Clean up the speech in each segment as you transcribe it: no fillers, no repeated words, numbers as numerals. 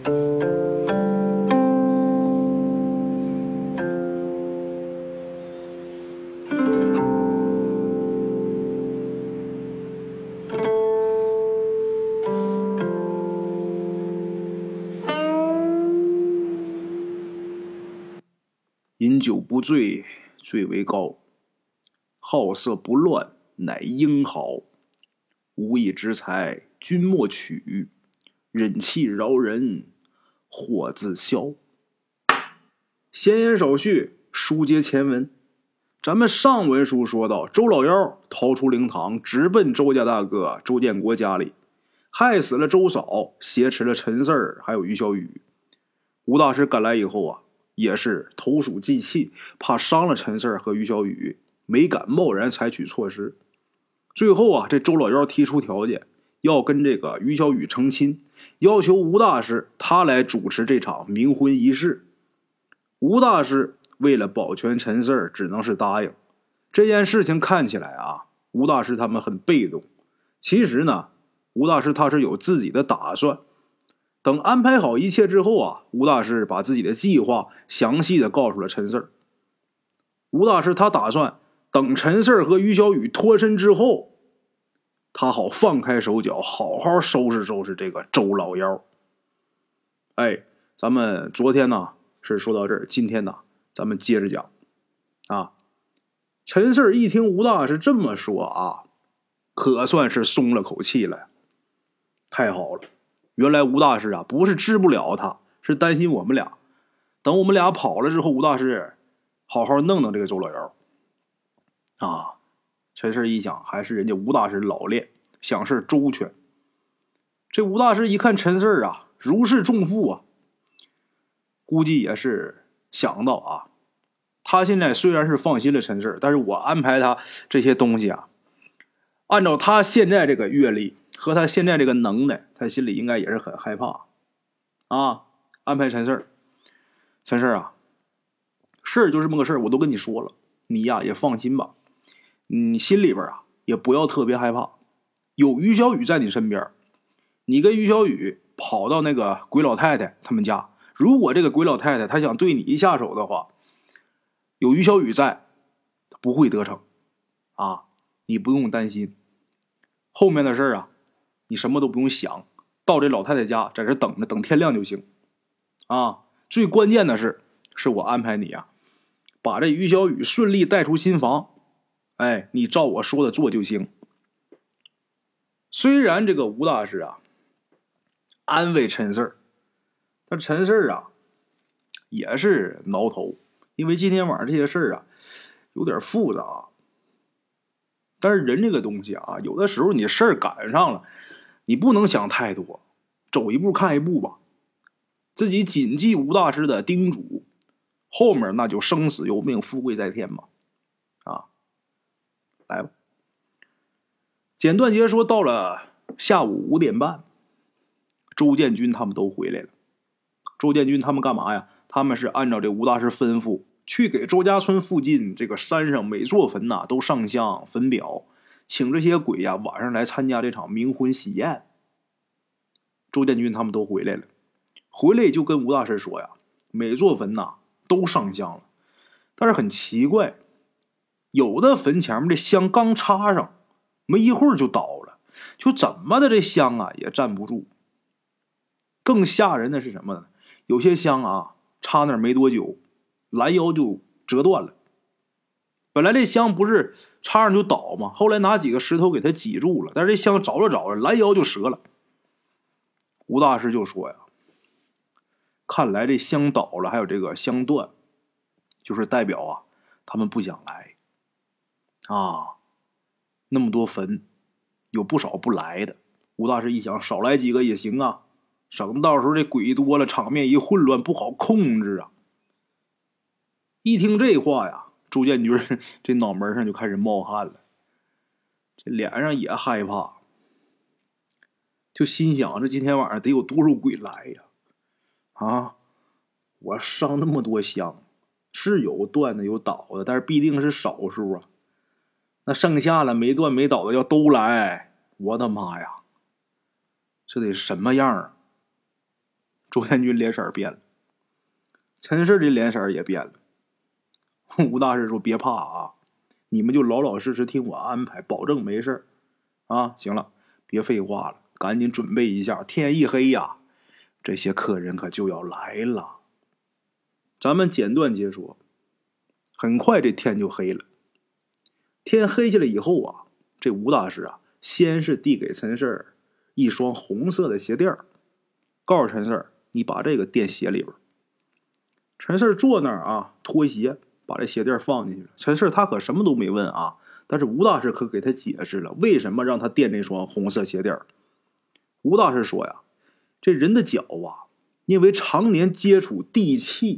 饮酒不醉，最为高；好色不乱，乃英豪。无义之财，君莫取；忍气饶人，祸自消。闲言少叙，书接前文。咱们上文书说到，周老幺逃出灵堂，直奔周家大哥周建国家里，害死了周嫂，挟持了陈四儿，还有于小雨。吴大师赶来以后啊，也是投鼠忌器，怕伤了陈四儿和于小雨，没敢贸然采取措施。最后啊，这周老幺提出条件，要跟这个于小雨成亲，要求吴大师他来主持这场冥婚仪式。吴大师为了保全陈四儿，只能是答应。这件事情看起来啊，吴大师他们很被动。其实呢，吴大师他是有自己的打算。等安排好一切之后啊，吴大师把自己的计划详细的告诉了陈四儿。吴大师他打算等陈四儿和于小雨脱身之后，他好放开手脚，好好收拾收拾这个周老幺。哎，咱们昨天呢是说到这儿，今天呢咱们接着讲啊。陈四儿一听吴大师这么说啊，可算是松了口气了。太好了，原来吴大师啊不是治不了他，是担心我们俩。等我们俩跑了之后，吴大师好好弄弄这个周老幺啊。陈四儿一想，还是人家吴大师老练，想事周全。这吴大师一看陈四儿啊如释重负啊，估计也是想到啊，他现在虽然是放心了陈四儿，但是我安排他这些东西啊，按照他现在这个阅历和他现在这个能耐，他心里应该也是很害怕啊。安排陈四儿，陈四儿啊，事儿就这么个事儿，我都跟你说了，你呀也放心吧。你心里边啊也不要特别害怕，有于小雨在你身边，你跟于小雨跑到那个鬼老太太他们家，如果这个鬼老太太她想对你一下手的话，有于小雨在，不会得逞啊，你不用担心。后面的事儿啊，你什么都不用想，到这老太太家在这等着，等天亮就行啊。最关键的是我安排你啊，把这于小雨顺利带出新房。哎，你照我说的做就行。虽然这个吴大师啊安慰陈四儿，但陈四儿啊也是挠头，因为今天晚上这些事儿啊有点复杂。但是人这个东西啊，有的时候你事儿赶上了，你不能想太多，走一步看一步吧。自己谨记吴大师的叮嘱，后面那就生死由命，富贵在天嘛。啊，来吧。简短截说，到了下午5点半，周建军他们都回来了。周建军他们干嘛呀？他们是按照这吴大师吩咐，去给周家村附近这个山上每座坟呐都上香焚表，请这些鬼呀晚上来参加这场冥婚喜宴。周建军他们都回来了，回来就跟吴大师说呀，每座坟呐都上香了，但是很奇怪，有的坟前面这香刚插上，没一会儿就倒了，就怎么的这香啊也站不住。更吓人的是什么呢？有些香啊插那儿没多久，拦腰就折断了。本来这香不是插上就倒吗？后来拿几个石头给它挤住了，但是这香找着找着，拦腰就折了。吴大师就说呀，看来这香倒了，还有这个香断，就是代表啊他们不想来啊。那么多坟，有不少不来的。吴大师一想，少来几个也行啊，省得到时候这鬼多了，场面一混乱，不好控制啊。一听这话呀，周建军这脑门上就开始冒汗了，这脸上也害怕，就心想这今天晚上得有多少鬼来呀？啊，我上那么多香，是有断的有倒的，但是必定是少数啊。那剩下了没断没倒的要都来，我的妈呀，这得什么样啊？ 周建军脸色变了，陈氏的脸色也变了。吴大师说：“别怕啊，你们就老老实实听我安排，保证没事啊。行了，别废话了，赶紧准备一下，天一黑呀，这些客人可就要来了。”咱们简短结说，很快这天就黑了。天黑下来以后啊，这吴大师啊，先是递给陈氏一双红色的鞋垫，告诉陈氏：“你把这个垫鞋里边。”陈氏坐那儿啊，脱鞋，把这鞋垫放进去了。陈氏他可什么都没问啊，但是吴大师可给他解释了为什么让他垫这双红色鞋垫。吴大师说呀，这人的脚啊，因为常年接触地气，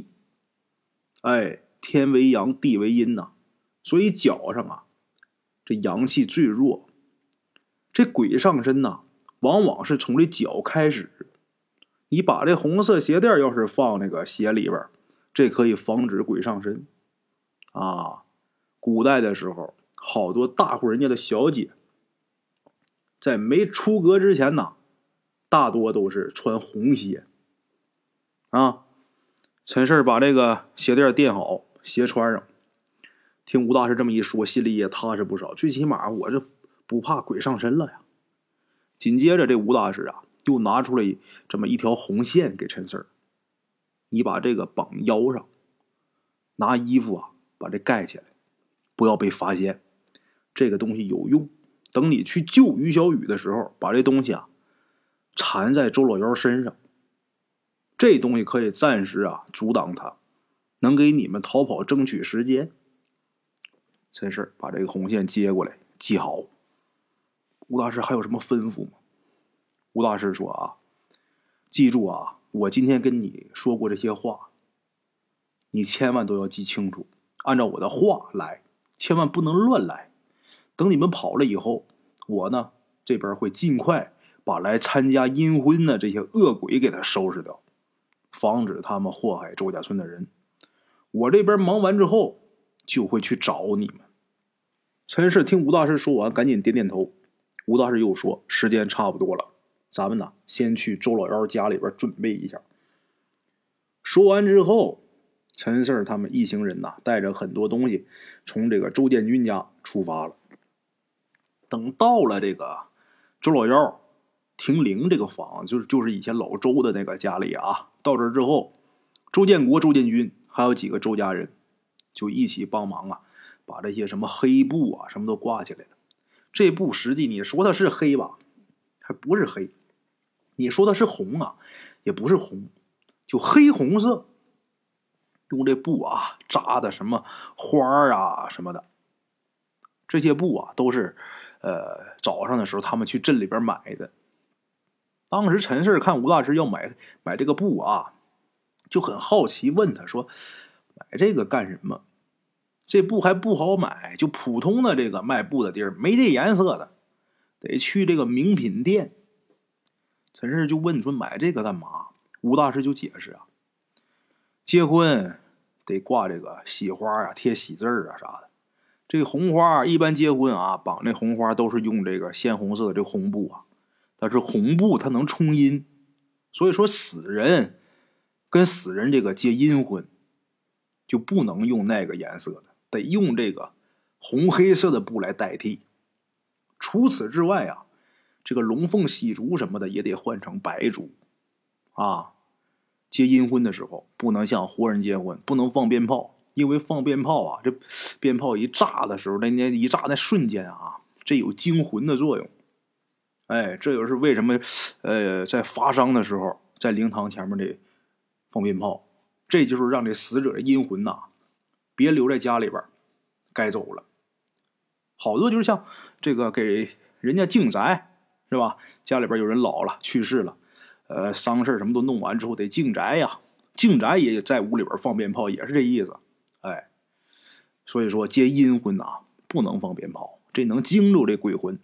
天为阳，地为阴呐，所以脚上啊，这阳气最弱。这鬼上身呐，往往是从这脚开始。你把这红色鞋垫要是放那个鞋里边，这可以防止鬼上身啊。古代的时候，好多大户人家的小姐，在没出阁之前呐，大多都是穿红鞋啊。陈氏把这个鞋垫垫好，鞋穿上。听吴大师这么一说，心里也踏实不少，最起码我这不怕鬼上身了呀。紧接着这吴大师啊，又拿出来这么一条红线给陈氏，你把这个绑腰上，拿衣服啊把这盖起来，不要被发现。这个东西有用，等你去救于小雨的时候，把这东西啊缠在周老幺身上，这东西可以暂时啊阻挡他，能给你们逃跑争取时间。陈氏把这个红线接过来，系好。吴大师还有什么吩咐吗？吴大师说啊，记住啊，我今天跟你说过这些话，你千万都要记清楚，按照我的话来，千万不能乱来。等你们跑了以后，我呢这边会尽快把来参加阴婚的这些恶鬼给他收拾掉，防止他们祸害周家村的人。我这边忙完之后，就会去找你们。陈氏听吴大师说完，赶紧点点头。吴大师又说：“时间差不多了，咱们呢先去周老幺家里边准备一下。”说完之后，陈氏他们一行人呐，带着很多东西，从这个周建军家出发了。等到了这个周老幺停灵这个房，就是以前老周的那个家里啊。到这之后，周建国、周建军还有几个周家人，就一起帮忙啊，把这些什么黑布啊什么都挂起来了。这布实际你说它是黑吧，还不是黑；你说它是红啊，也不是红，就黑红色。用这布啊扎的什么花啊什么的，这些布啊都是早上的时候他们去镇里边买的。当时陈氏看吴大师要买这个布啊，就很好奇，问他说：“买这个干什么？这布还不好买，就普通的这个卖布的地儿没这颜色的，得去这个名品店。”陈氏就问说：“买这个干嘛？”吴大师就解释啊，结婚得挂这个喜花啊，贴喜字啊啥的。这个红花一般结婚啊，绑这红花都是用这个鲜红色的这红布啊，但是红布它能冲阴，所以说死人跟死人这个结阴婚就不能用那个颜色的，得用这个红黑色的布来代替。除此之外啊，这个龙凤喜烛什么的也得换成白烛啊。结阴婚的时候不能像活人结婚，不能放鞭炮，因为放鞭炮啊，这鞭炮一炸的时候，那一炸那瞬间啊，这有惊魂的作用。这就是为什么在发丧的时候，在灵堂前面这放鞭炮，这就是让这死者的阴魂呐，别留在家里边，该走了。好多就是像这个给人家敬宅是吧？家里边有人老了去世了，丧事什么都弄完之后得敬宅呀，敬宅也在屋里边放鞭炮，也是这意思。所以说结阴婚呐，不能放鞭炮，这能惊着这鬼魂。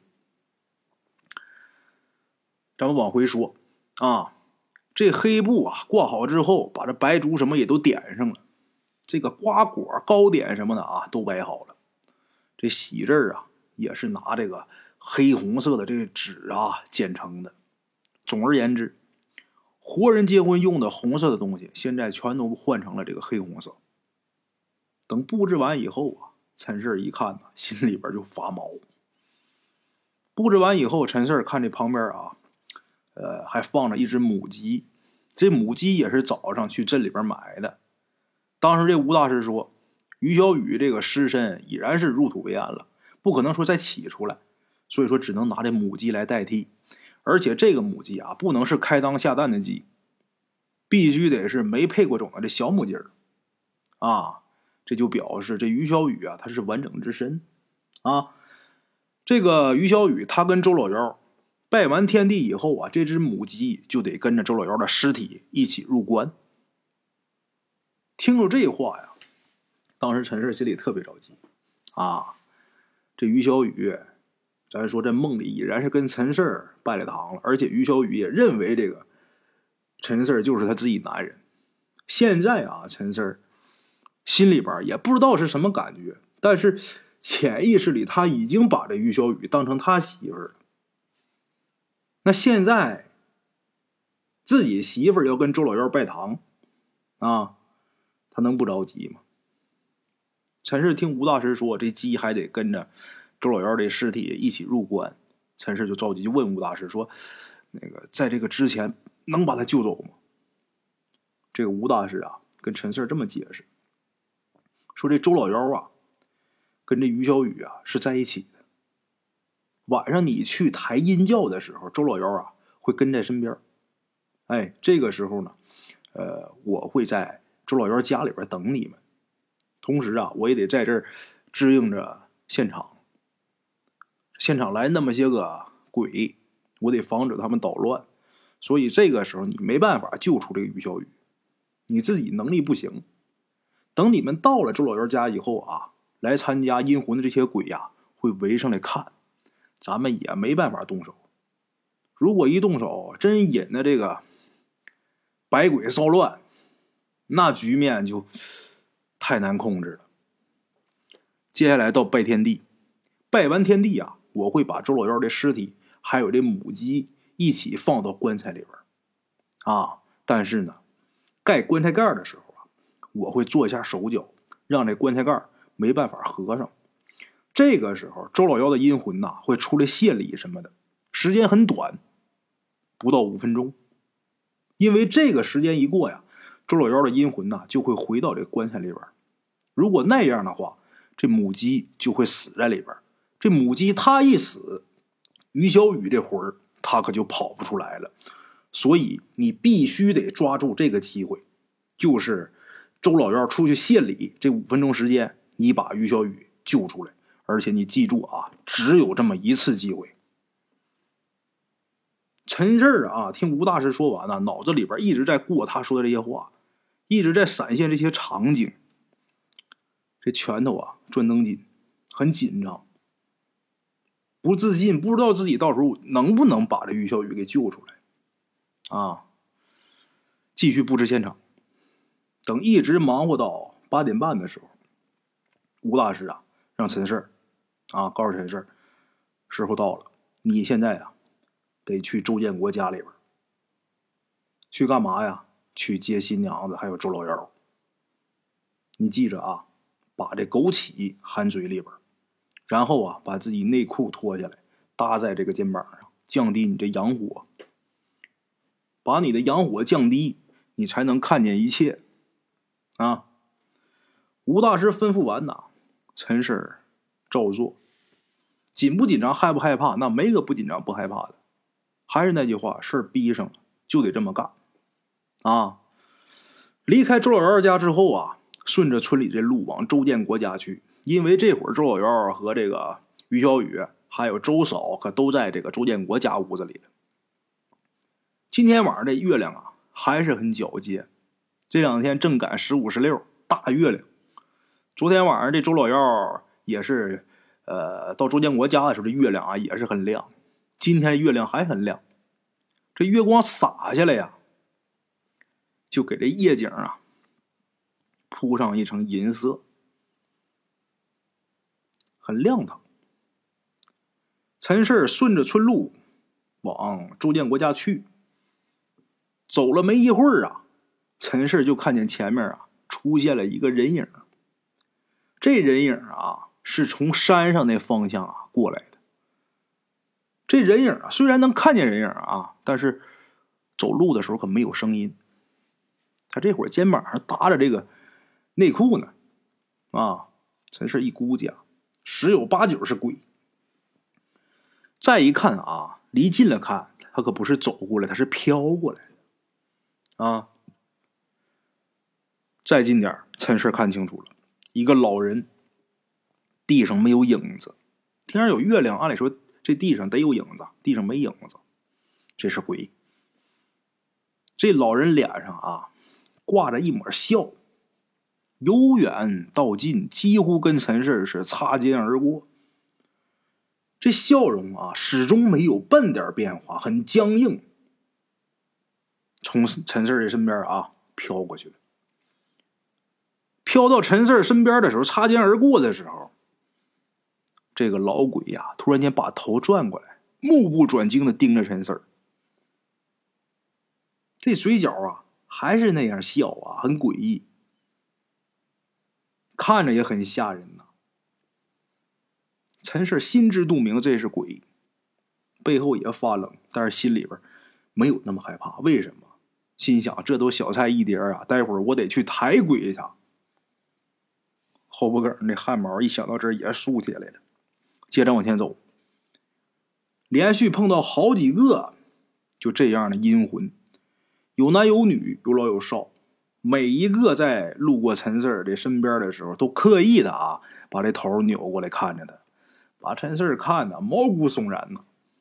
咱们往回说啊，这黑布啊挂好之后，把这白烛什么也都点上了，这个瓜果糕点什么的啊都摆好了。这喜字啊也是拿这个黑红色的这个纸啊剪成的。总而言之， 活人结婚用的红色的东西，现在全都换成了这个黑红色。等布置完以后啊，陈氏一看啊，心里边就发毛。布置完以后，陈氏看这旁边啊，还放着一只母鸡。这母鸡也是早上去镇里边买的。当时这吴大师说，于小雨这个尸身已然是入土为安了，不可能说再起出来，所以说只能拿这母鸡来代替。而且这个母鸡啊，不能是开裆下蛋的鸡，必须得是没配过种的这小母鸡儿啊。这就表示这于小雨啊，他是完整之身啊。这个于小雨他跟周老幺拜完天地以后啊，这只母鸡就得跟着周老幺的尸体一起入关。听着这话呀，当时陈氏心里特别着急啊。这于小雨，咱说这梦里已然是跟陈氏拜了堂了，而且于小雨也认为这个陈氏就是他自己男人。现在啊，陈氏心里边也不知道是什么感觉，但是潜意识里他已经把这于小雨当成他媳妇儿了。那现在自己媳妇儿要跟周老幺拜堂啊，他能不着急吗？陈氏听吴大师说这鸡还得跟着周老幺的尸体一起入关，陈氏就着急，就问吴大师说，那个在这个之前能把他救走吗？这个吴大师啊跟陈氏这么解释，说这周老幺啊跟这于小雨啊是在一起的，晚上你去抬阴轿的时候，周老幺啊会跟在身边。哎，这个时候呢我会在周老幺家里边等你们，同时啊我也得在这儿支应着现场。现场来那么些个鬼，我得防止他们捣乱，所以这个时候你没办法救出这个于小雨，你自己能力不行。等你们到了周老幺家以后啊，来参加阴魂的这些鬼呀会围上来看，咱们也没办法动手。如果一动手真引的这个百鬼骚乱，那局面就太难控制了。接下来到拜天地，拜完天地啊，我会把周老幺的尸体还有这母鸡一起放到棺材里边啊。但是呢，盖棺材盖的时候啊，我会做一下手脚，让这棺材盖没办法合上。这个时候周老幺的阴魂呐会出来谢礼什么的，时间很短，不到5分钟。因为这个时间一过呀，周老幺的阴魂呐就会回到这棺材里边。如果那样的话，这母鸡就会死在里边。这母鸡它一死，于小雨这魂儿他可就跑不出来了。所以你必须得抓住这个机会，就是周老幺出去谢礼这5分钟时间，你把于小雨救出来。而且你记住啊，只有这么一次机会。陈氏啊，听吴大师说完了，脑子里边一直在过他说的这些话，一直在闪现这些场景。这拳头啊转灯筋，很紧张，不自信，不知道自己到时候能不能把这于小雨给救出来啊。继续布置现场，等一直忙活到8点半的时候，吴大师啊让陈氏啊告诉陈氏，时候到了，你现在啊得去周建国家里边去干嘛呀？去接新娘子还有周老幺。你记着啊，把这枸杞含嘴里边，然后啊把自己内裤脱下来搭在这个肩膀上，降低你这阳火。把你的阳火降低，你才能看见一切啊。吴大师吩咐完呐，陈氏照做。紧不紧张害不害怕？那没个不紧张不害怕的。还是那句话，事儿逼上了就得这么干啊。离开周老幺家之后啊，顺着村里这路往周建国家去。因为这会儿周老幺和这个于小雨还有周嫂可都在这个周建国家屋子里了。今天晚上这月亮啊还是很皎洁，这2天正赶15、16大月亮。昨天晚上这周老幺也是到周建国家的时候，这月亮啊也是很亮。今天月亮还很亮，这月光洒下来呀，就给这夜景啊铺上一层银色，很亮堂。陈氏顺着村路往周建国家去， 走了没一会儿啊，陈氏就看见前面啊出现了一个人影。这人影啊是从山上那方向啊过来的。这人影啊虽然能看见人影啊，但是走路的时候可没有声音。他这会儿肩膀上搭着这个内裤呢，啊，陈氏一估计啊，十有八九是鬼。再一看啊，离近了看，他可不是走过来，他是飘过来的啊。再近点，陈氏看清楚了，一个老人，地上没有影子，天上有月亮，按理说这地上得有影子，地上没影子，这是鬼。这老人脸上啊挂着一抹笑，由远到近，几乎跟陈氏是擦肩而过。这笑容啊始终没有半点变化，很僵硬，从陈氏的身边啊飘过去了。飘到陈氏身边的时候，擦肩而过的时候，这个老鬼呀突然间把头转过来，目不转睛的盯着陈氏。这嘴角啊还是那样笑啊，很诡异，看着也很吓人呐。陈氏心知肚明这是鬼，背后也发冷，但是心里边没有那么害怕。为什么？心想这都小菜一碟啊，待会儿我得去抬鬼去。后脖梗那汗毛一想到这儿也竖起来了。接着往前走，连续碰到好几个就这样的阴魂，有男有女，有老有少，每一个在路过陈氏的身边的时候，都刻意的啊把这头扭过来看着他，把陈氏看得毛骨悚然呢。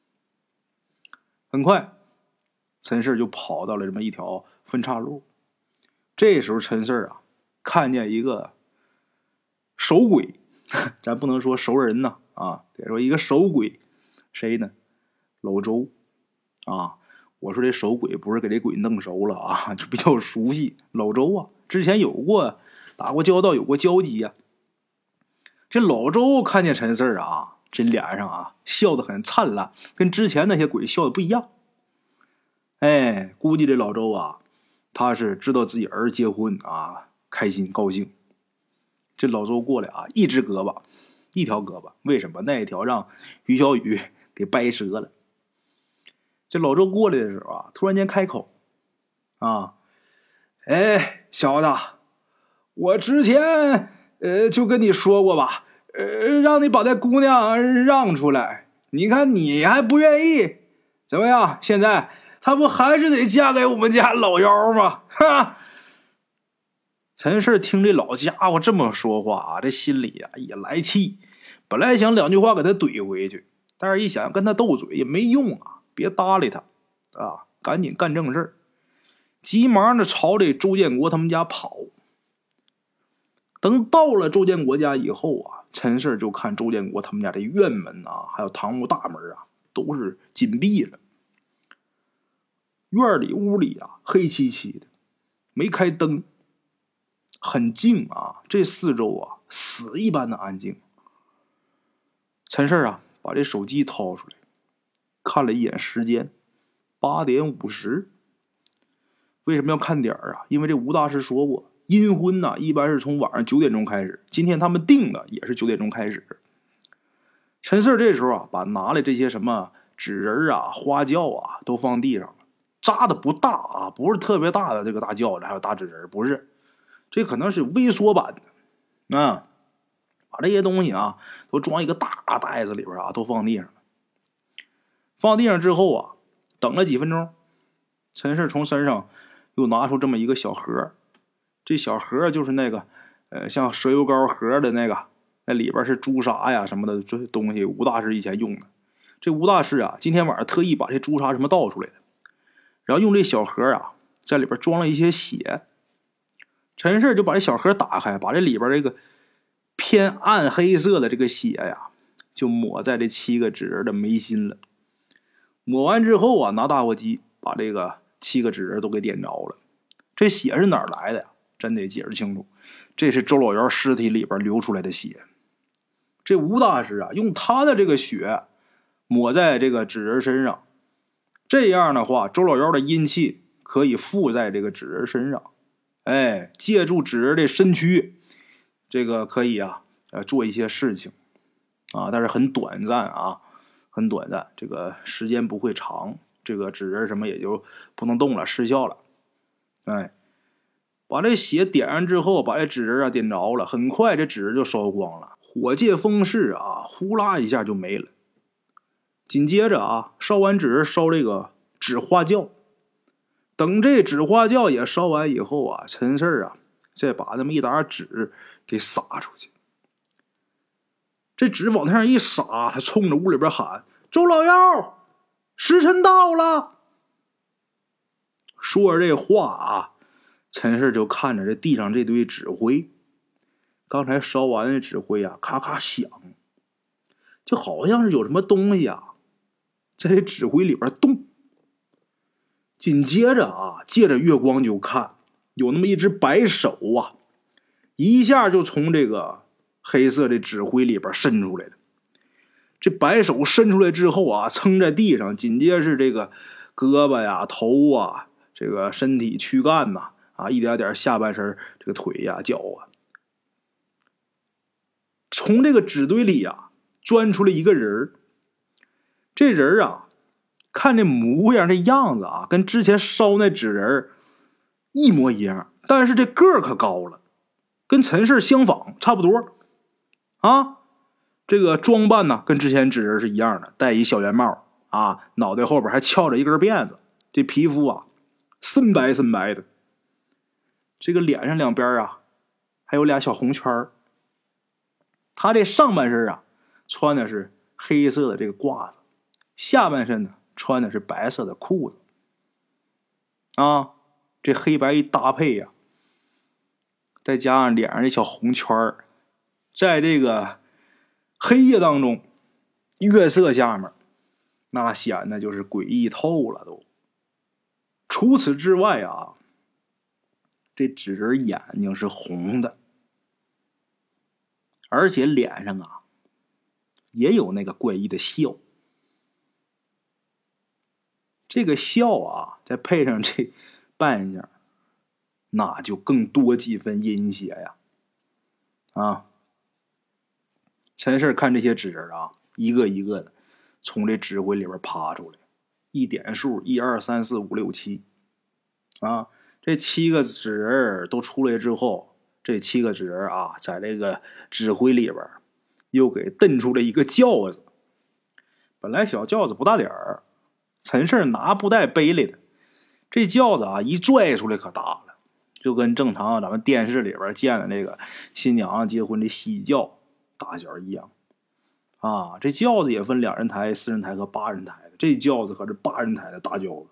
很快，陈氏就跑到了这么一条分岔路。这时候陈氏啊看见一个守鬼，咱不能说熟人呢啊，得说一个守鬼，谁呢？老周啊。我说这守鬼不是给这鬼弄熟了啊，就比较熟悉。老周啊，之前有过打过交道，有过交集呀。这老周看见陈氏啊，这脸上啊笑得很灿烂，跟之前那些鬼笑的不一样。哎，估计这老周啊，他是知道自己儿子结婚啊，开心高兴。这老周过来啊，一条胳膊，为什么？那一条让于小雨给掰折了。这老周过来的时候啊，突然间开口啊，哎，小子，我之前就跟你说过吧，让你把这姑娘让出来，你看你还不愿意，怎么样？现在她不还是得嫁给我们家老幺吗？哈！陈氏听这老家伙这么说话啊，这心里啊也来气，本来想两句话给他怼回去，但是一想跟他斗嘴也没用啊，别搭理他啊，赶紧干正事，急忙的朝这周建国他们家跑。等到了周建国家以后啊，陈氏就看周建国他们家这院门啊，还有堂屋大门啊，都是紧闭着。院里屋里啊黑漆漆的，没开灯，很静啊，这四周啊死一般的安静。陈氏啊把这手机掏出来，看了一眼时间，8点50。为什么要看点啊？因为这吴大师说过，阴婚呢一般是从晚上9点钟开始，今天他们定的也是9点钟开始。陈氏这时候啊把拿来这些什么纸人啊、花轿啊都放地上了，扎的不大啊，不是特别大的这个大轿子还有大纸人，不是，这可能是微缩版的啊。把这些东西啊都装一个大袋子里边啊，都放地上了。放地上之后啊，等了几分钟，陈氏从身上又拿出这么一个小盒，这小盒就是那个像蛇油膏盒的那个，那里边是朱砂呀什么的这东西，吴大师以前用的。这吴大师啊今天晚上特意把这朱砂什么倒出来的，然后用这小盒啊在里边装了一些血。陈氏就把这小盒打开，把这里边这个偏暗黑色的这个血呀就抹在这7个纸人的眉心了。抹完之后啊，拿打火机把这个7个纸人都给点着了。这血是哪儿来的呀？真得解释清楚，这是周老幺尸体里边流出来的血。这吴大师啊用他的这个血抹在这个纸人身上，这样的话周老幺的阴气可以附在这个纸人身上，哎，借助纸人的身躯，这个可以啊，做一些事情啊，但是很短暂啊，很短暂，这个时间不会长，这个纸人什么也就不能动了，失效了。哎，把这血点上之后，把这纸人啊点着了，很快这纸人就烧光了，火借风势啊，呼啦一下就没了。紧接着啊，烧完纸烧这个纸花轿，等这纸花轿也烧完以后啊，陈四啊再把那么一沓纸给撒出去。这纸往那上一撒，他冲着屋里边喊：“周老幺，时辰到了！”说着这话啊，陈四就看着这地上这堆纸灰，刚才烧完的纸灰啊，咔咔响，就好像是有什么东西啊在这纸灰里边动。紧接着啊，借着月光就看，有那么一只白手啊，一下就从这个黑色的纸灰里边伸出来了。这白手伸出来之后啊，撑在地上，紧接着是这个胳膊呀、头啊，这个身体躯干呐，啊，一点点下半身这个腿呀、脚啊，从这个纸堆里啊钻出来一个人。这人啊，看这模样这样子啊，跟之前烧那纸人一模一样，但是这个儿可高了，跟陈氏相仿，差不多啊。这个装扮呢，跟之前纸人是一样的，戴一小圆帽啊，脑袋后边还翘着一根辫子，这皮肤啊深白深白的，这个脸上两边啊还有俩小红圈。他这上半身啊穿的是黑色的这个褂子，下半身呢穿的是白色的裤子啊，这黑白一搭配呀，再加上脸上这小红圈，在这个黑夜当中，月色下面，那显得就是诡异透了都。除此之外啊，这纸人眼睛是红的，而且脸上啊也有那个怪异的笑。这个笑啊，再配上这扮相，那就更多几分阴邪呀！啊，陈氏看这些纸人啊，一个一个的从这纸灰里边爬出来，一点数，1、2、3、4、5、6、7，啊，这7个纸人都出来之后，这7个纸人啊，在这个纸灰里边又给蹬出了一个轿子。本来小轿子不大点儿，陈氏拿布袋背来的，这轿子啊一拽出来可大了，就跟正常咱们电视里边见的那个新娘结婚的喜轿大小一样啊。这轿子也分2人抬、4人抬和8人抬的，这轿子可是8人抬的大轿子。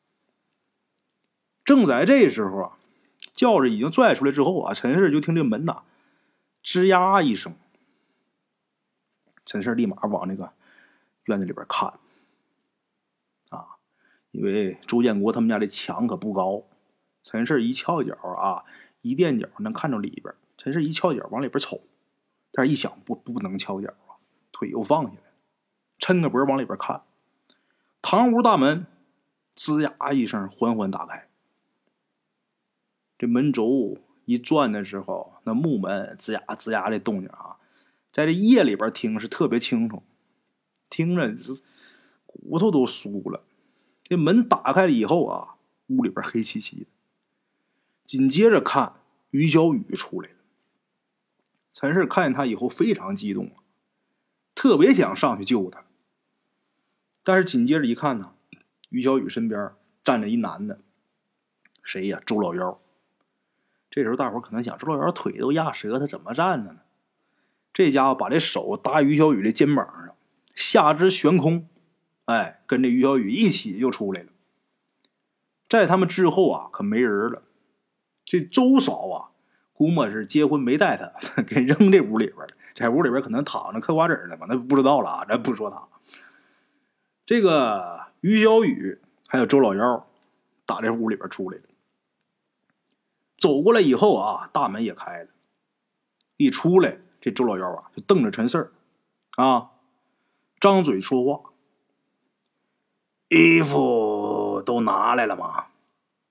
正在这时候啊，轿子已经拽出来之后啊，陈氏就听这门呐吱呀一声，陈氏立马往那个院子里边看啊，因为周建国他们家的墙可不高，陈氏一翘脚啊，一垫脚能看着里边。陈氏一翘脚往里边瞅，但是一想不能翘脚啊，腿又放下来，抻个脖往里边看。堂屋大门吱呀一声缓缓打开，这门轴一转的时候，那木门吱呀吱呀的动静啊，在这夜里边听是特别清楚，听着骨头都酥了。这门打开了以后啊，屋里边黑漆漆的。紧接着看于小雨出来了，陈氏看见他以后非常激动，特别想上去救他。但是紧接着一看呢，于小雨身边站着一男的，谁呀？周老幺。这时候大伙可能想，周老幺腿都压折，他怎么站着呢？这家伙把这手搭于小雨的肩膀上，下肢悬空，哎，跟这于小雨一起就出来了。在他们之后啊，可没人了。这周嫂啊，估摸是结婚没带他，给扔这屋里边了。在屋里边可能躺着嗑瓜子呢吧，那不知道了啊，咱不说他。这个于小雨还有周老幺打这屋里边出来了，走过来以后啊，大门也开了。一出来，这周老幺啊就瞪着陈四儿啊，张嘴说话：“衣服都拿来了吗？”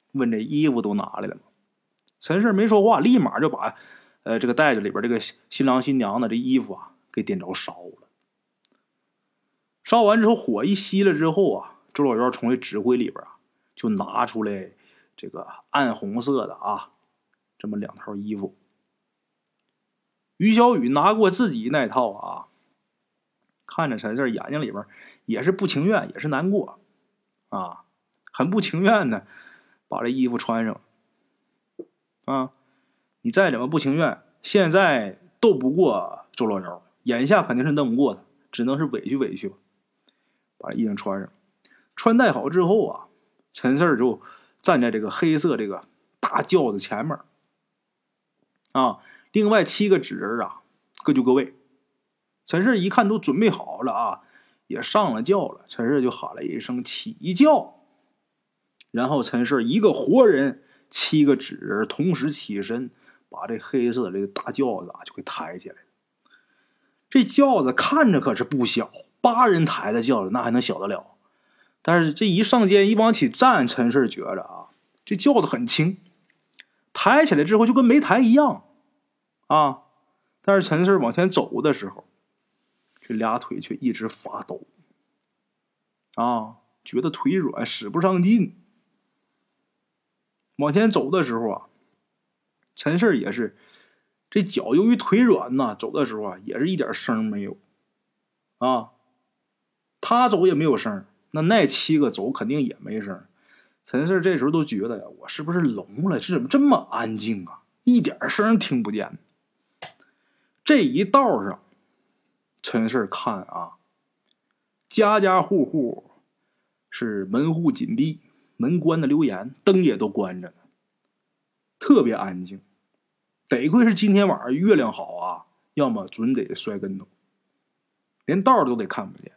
问这衣服都拿来了吗？陈氏没说话，立马就把这个袋子里边这个新郎新娘的这衣服啊给点着烧了。烧完之后，火一熄了之后啊，周老幺从这纸柜里边啊就拿出来这个暗红色的啊这么2套衣服。于小雨拿过自己那套啊，看着陈氏眼睛里边也是不情愿，也是难过啊，很不情愿的把这衣服穿上啊。你再怎么不情愿，现在斗不过周老幺，眼下肯定是弄不过他，只能是委屈委屈吧。把衣裳穿上，穿戴好之后啊，陈氏就站在这个黑色这个大轿子前面啊，另外7个纸人啊各就各位。陈氏一看都准备好了啊，也上了轿了，陈氏就喊了一声起轿，然后陈氏一个活人7个纸人同时起身，把这黑色的这个大轿子啊就给抬起来了。这轿子看着可是不小，8人抬的轿子那还能小得了？但是这一上肩一往起站，陈氏觉着啊，这轿子很轻，抬起来之后就跟没抬一样啊。但是陈氏往前走的时候，这俩腿却一直发抖啊，觉得腿软，使不上劲。往前走的时候啊，陈氏也是这脚由于腿软呐，走的时候啊也是一点声没有啊。他走也没有声，那7个走肯定也没声。陈氏这时候都觉得呀，我是不是聋了？这怎么这么安静啊？一点声听不见。这一道上，陈氏看啊，家家户户是门户紧闭，门关的溜严，灯也都关着呢，特别安静。得亏是今天晚上月亮好啊，要么准得摔跟头，连道都得看不见。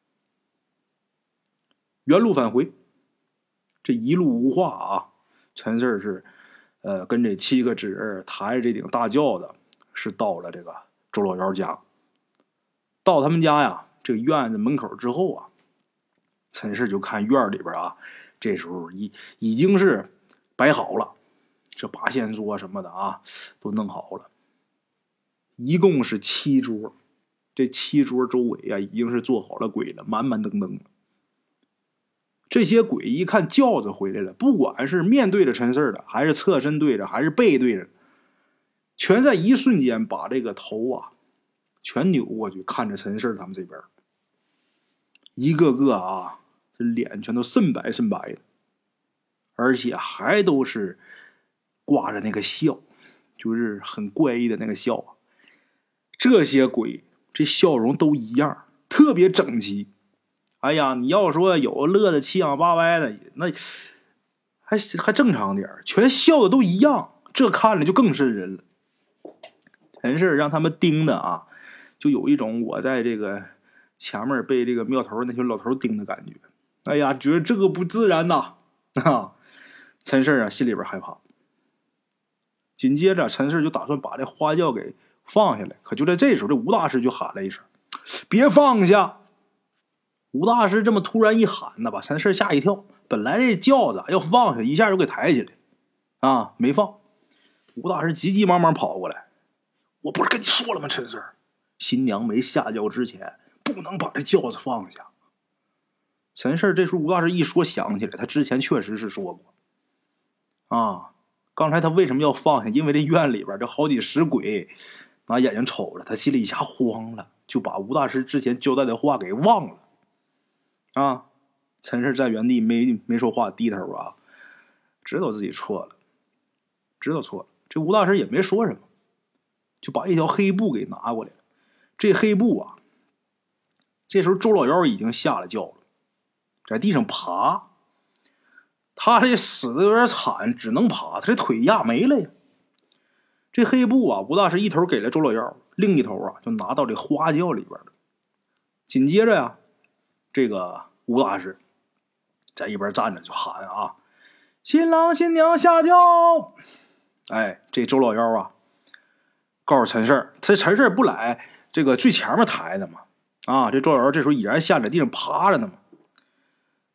原路返回，这一路无话啊。陈氏是跟这7个纸人抬着这顶大轿子，是到了这个周老幺家。到他们家呀，这个院子门口之后啊，陈氏就看院里边啊，这时候已经是摆好了，这八仙桌什么的啊都弄好了，一共是7桌。这7桌周围啊已经是做好了鬼了，满满登登的。这些鬼一看轿子回来了，不管是面对着陈氏的，还是侧身对着，还是背对着，全在一瞬间把这个头啊全扭过去，看着陈氏他们这边。一个个啊，这脸全都深白深白的，而且还都是挂着那个笑，就是很怪异的那个笑啊。这些鬼这笑容都一样，特别整齐。哎呀，你要说有乐的七仰八歪的，那还正常点，全笑的都一样，这看着就更瘆人了。陈氏让他们盯的啊，就有一种我在这个前面被这个庙头那群老头盯的感觉。哎呀，觉得这个不自然呐！啊，陈氏啊心里边害怕。紧接着，陈氏就打算把这花轿给放下来，可就在这时候，这吴大师就喊了一声：“别放下！”吴大师这么突然一喊呢，把陈氏吓一跳。本来这轿子要放下，一下就给抬起来啊，没放。吴大师急急忙忙跑过来：“我不是跟你说了吗，陈氏，新娘没下轿之前，不能把这轿子放下。”陈氏这时候吴大师一说想起来，他之前确实是说过啊。刚才他为什么要放下？因为这院里边这好几十鬼拿眼睛瞅着他，心里一下慌了，就把吴大师之前交代的话给忘了啊。陈氏在原地没说话，低头啊，知道自己错了，知道错了。这吴大师也没说什么，就把一条黑布给拿过来了。这黑布啊，这时候周老幺已经下了轿了，在地上爬。他这死的有点惨，只能爬，他这腿压没了呀。这黑布啊，吴大师一头给了周老幺，另一头啊就拿到这花轿里边了。紧接着呀，这个吴大师在一边站着就喊啊：“新郎新娘下轿！”哎，这周老幺啊，告诉陈氏，他陈氏不来这个最前面抬的嘛，啊，这周老幺这时候已然下在地上爬着呢嘛。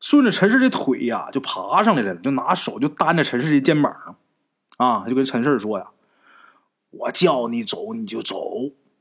顺着陈氏的腿呀就爬上来了，就拿手就担着陈氏的肩膀上啊，就跟陈氏说呀：“我叫你走你就走。”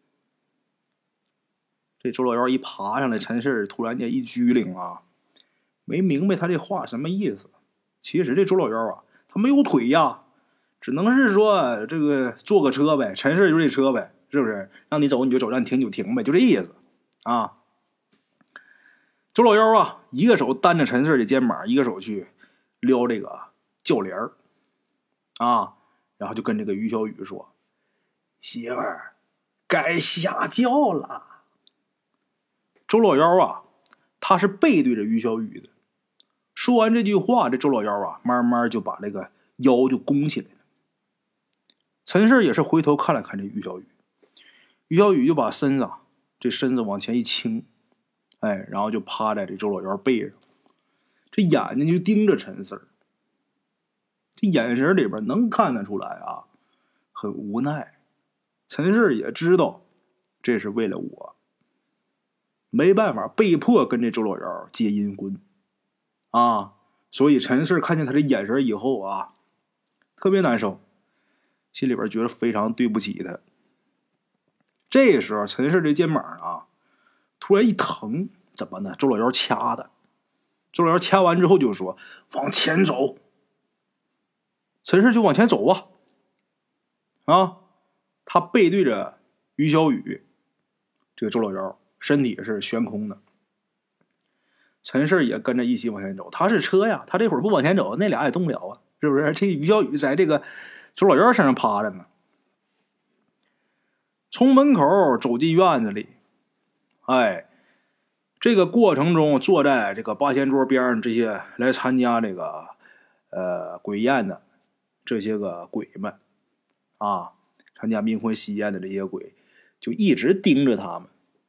这周老幺一爬上来，陈氏突然间一拘灵啊，没明白他这话什么意思。其实这周老幺啊，他没有腿呀，只能是说这个坐个车呗，陈氏就这车呗，是不是？让你走你就走，让你停就停呗，就这意思啊。周老幺啊，一个手担着陈氏的肩膀，一个手去撩这个轿帘儿啊，然后就跟这个于小雨说：“媳妇儿，该下轿了。”周老幺啊，他是背对着于小雨的。说完这句话，这周老幺啊，慢慢就把这个腰就弓起来了。陈氏也是回头看了看这于小雨，于小雨就把身子往前一倾，哎，然后就趴在这周老幺背上，这眼睛就盯着陈氏，这眼神里边能看得出来啊，很无奈。陈氏也知道这是为了我，没办法，被迫跟这周老幺结阴婚啊。所以陈氏看见他的眼神以后啊，特别难受，心里边觉得非常对不起他。这时候陈氏的肩膀啊突然一疼，怎么呢？周老幺掐的。周老幺掐完之后就说：“往前走。”陈氏就往前走啊，他背对着于小雨，这个周老幺身体是悬空的。陈氏也跟着一起往前走，他是车呀，他这会儿不往前走，那俩也动不了啊，是不是？这于小雨在这个周老幺身上趴着呢。从门口走进院子里，哎，这个过程中坐在这个八仙桌边上这些来参加这个鬼宴的这些个鬼们啊，参加冥婚喜宴的这些鬼就一直盯着他们。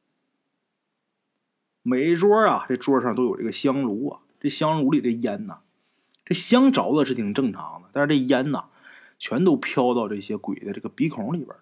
每一桌啊，这桌上都有这个香炉啊，这香炉里的烟呐，这香着的是挺正常的，但是这烟呐全都飘到这些鬼的这个鼻孔里边了。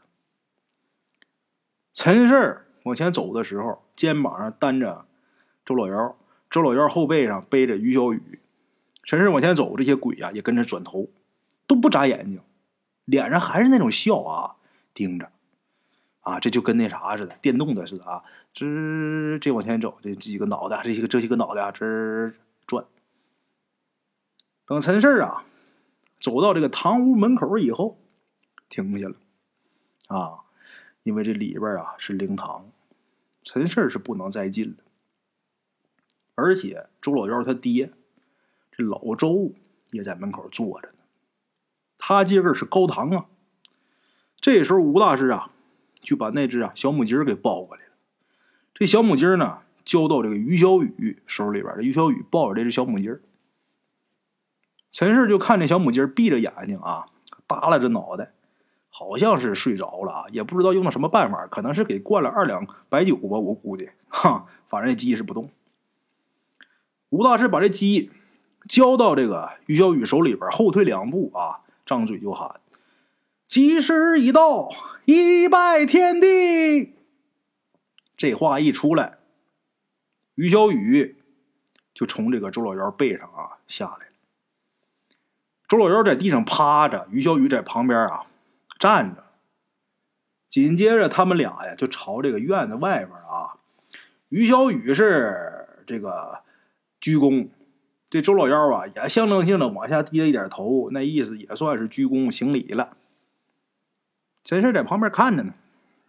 陈氏往前走的时候，肩膀上担着周老幺，周老幺后背上背着于小雨。陈氏往前走，这些鬼啊也跟着转头，都不眨眼睛，脸上还是那种笑啊，盯着啊，这就跟那啥似的，电动的似的啊，这往前走，这几个脑袋，这几个脑袋啊，转。等陈氏啊走到这个堂屋门口以后，停下了啊。因为这里边啊是灵堂，陈氏是不能再进了。而且周老幺他爹这老周也在门口坐着呢，他今个是高堂啊。这时候吴大师啊就把那只小母鸡给抱过来了，这小母鸡呢交到这个于小雨手里边，这于小雨抱着这只小母鸡。陈氏就看这小母鸡闭着眼睛啊，耷拉着脑袋，好像是睡着了啊，也不知道用了什么办法，可能是给灌了2两白酒吧，我估计反正这鸡是不动。吴大师把这鸡交到这个于小雨手里边，后退2步啊，张嘴就喊：“吉时已到，一拜天地。”这话一出来，于小雨就从这个周老幺背上啊下来了。周老幺在地上趴着，于小雨在旁边啊站着。紧接着他们俩呀就朝这个院子外边啊，于小雨是这个鞠躬，这周老幺啊也象征性的往下低了一点头，那意思也算是鞠躬行礼了。陈氏在旁边看着呢，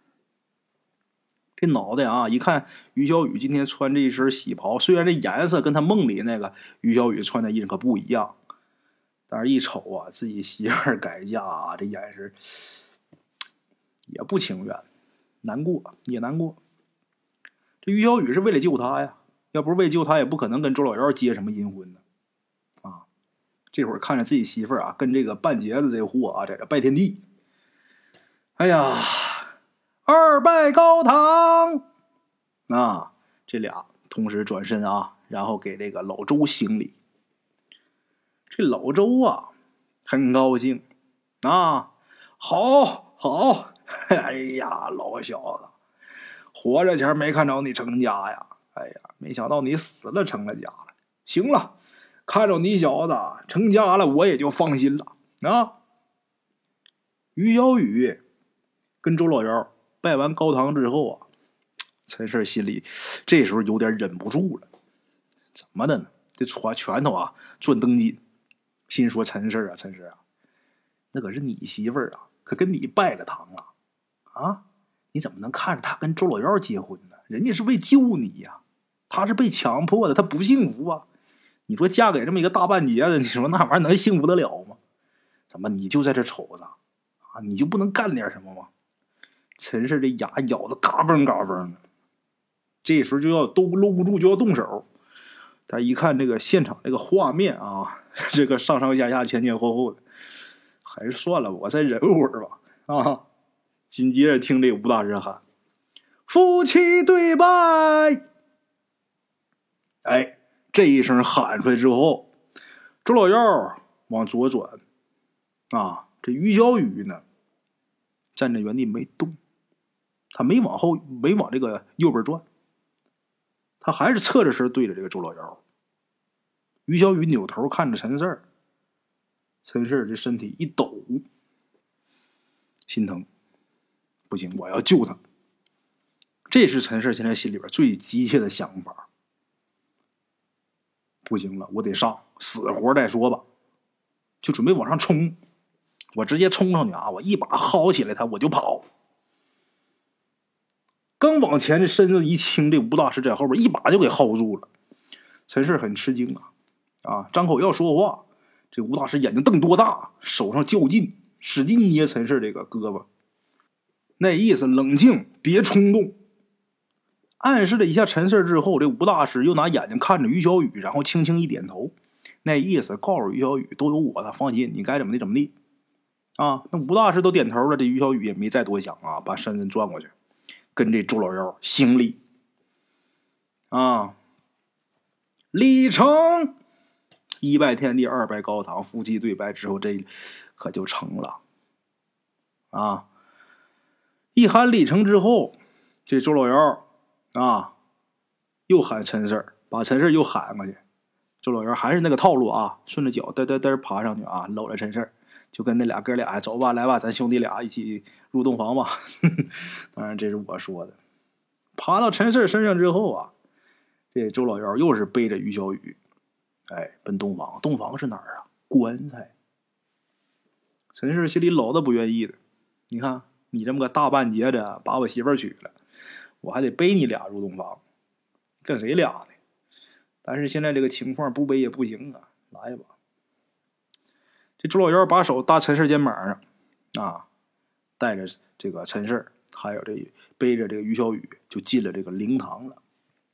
这脑袋啊一看于小雨今天穿这一身喜袍，虽然这颜色跟他梦里那个于小雨穿的衣裳可不一样，但是一瞅啊自己媳妇儿改嫁啊，这眼神也不情愿，难过也难过。这于小雨是为了救他呀，要不是为救他也不可能跟周老幺结什么阴婚呢啊。这会儿看着自己媳妇儿啊跟这个半截子这货啊在这拜天地，哎呀，二拜高堂啊，这俩同时转身啊，然后给这个老周行礼。这老周啊很高兴啊，好，哎呀，老小子，活着前没看着你成家呀，哎呀，没想到你死了成了家了。 行了，看着你小子成家了，我也就放心了啊。于小雨跟周老幺拜完高堂之后啊，陈氏心里这时候有点忍不住了。怎么的呢？这拳头啊攥蹬筋，心说陈氏啊，陈氏啊，那可是你媳妇儿啊，可跟你拜了堂了啊！你怎么能看着他跟周老幺结婚呢？人家是为救你呀，他是被强迫的，他不幸福啊！你说嫁给这么一个大半截的，你说那玩意儿能幸福得了吗？怎么你就在这瞅着啊？你就不能干点什么吗？陈氏这牙咬的嘎嘣嘎嘣的，这时候就要都搂不住，就要动手。他一看这个现场这个画面啊，这个上上下下前前后后的，还是算了，我再忍会儿吧啊！紧接着听这个吴大师喊：“夫妻对拜！”哎，这一声喊出来之后，周老幺往左转啊，这于小雨呢站在原地没动，他没往这个右边转，他还是侧着身对着这个周老幺。于小雨扭头看着陈四儿，陈四儿这身体一抖，心疼，不行，我要救他。这是陈四儿现在心里边最急切的想法。不行了，我得上，死活再说吧。就准备往上冲，我直接冲上去啊！我一把薅起来他，我就跑。刚往前，这身子一轻，这吴大师在后边一把就给薅住了。陈氏很吃惊啊，张口要说话，这吴大师眼睛瞪多大，手上较劲，使劲捏陈氏这个胳膊，那意思冷静，别冲动。暗示了一下陈氏之后，这吴大师又拿眼睛看着于小雨，然后轻轻一点头，那意思告诉于小雨都有我的，放心，你该怎么地怎么地啊。那吴大师都点头了，这于小雨也没再多想啊，把身子转过去跟这周老幺行礼啊。礼成，一拜天地，二拜高堂，夫妻对拜之后，这可就成了啊。一喊礼成之后，这周老幺啊又喊陈氏，把陈氏又喊过去。周老幺还是那个套路啊，顺着脚嘚嘚嘚爬上去啊，搂着陈氏，就跟那俩哥俩走吧，来吧，咱兄弟俩一起入洞房吧。当然这是我说的。爬到陈氏身上之后啊，这周老幺又是背着于小雨，哎，奔洞房。洞房是哪儿啊？棺材。陈氏心里老的不愿意的，你看你这么个大半截的把我媳妇儿娶了，我还得背你俩入洞房，跟谁俩呢？但是现在这个情况不背也不行啊，来吧。这周老幺把手搭陈氏肩膀上啊，带着这个陈氏还有这背着这个于小雨就进了这个灵堂了。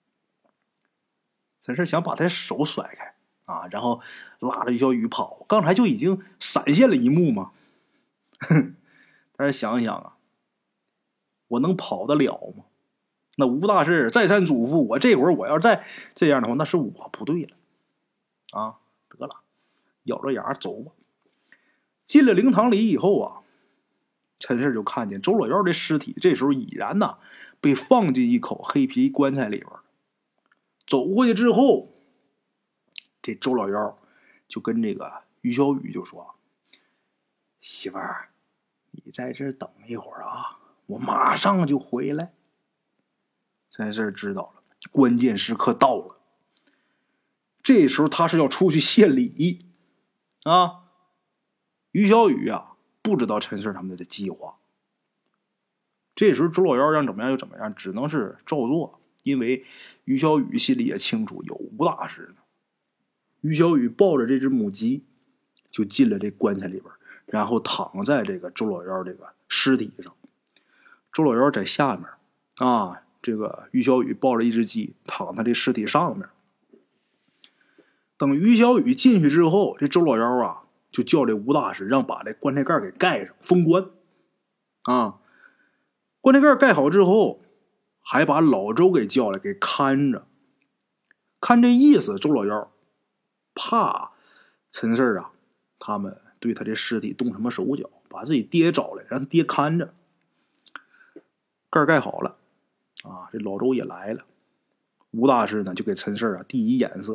陈氏想把他手甩开啊，然后拉着于小雨跑，刚才就已经闪现了一幕嘛。但是想一想啊，我能跑得了吗？那吴大师再三嘱咐我，这会儿我要再这样的话，那是我不对了啊！得了，咬着牙走吧。进了灵堂里以后啊，陈氏就看见周老幺的尸体，这时候已然呐被放进一口黑皮棺材里边。走过去之后，这周老幺就跟这个于小雨就说：“媳妇儿，你在这等一会儿啊，我马上就回来。”陈氏知道了，关键时刻到了。这时候他是要出去献礼啊。于小雨啊不知道陈氏他们的计划。这时候周老幺让怎么样就怎么样，只能是照做，因为于小雨心里也清楚有吴大师呢。于小雨抱着这只母鸡就进了这棺材里边，然后躺在这个周老幺这个尸体上。周老幺在下面啊，这个于小雨抱着一只鸡躺在这尸体上面。等于小雨进去之后，这周老幺啊就叫这吴大师让把这棺材盖给盖上，封棺啊。棺材盖盖好之后，还把老周给叫来给看着。看这意思，周老幺怕陈四啊他们对他这尸体动什么手脚，把自己爹找来让爹看着。盖盖好了啊，这老周也来了。吴大师呢就给陈四啊递一眼色，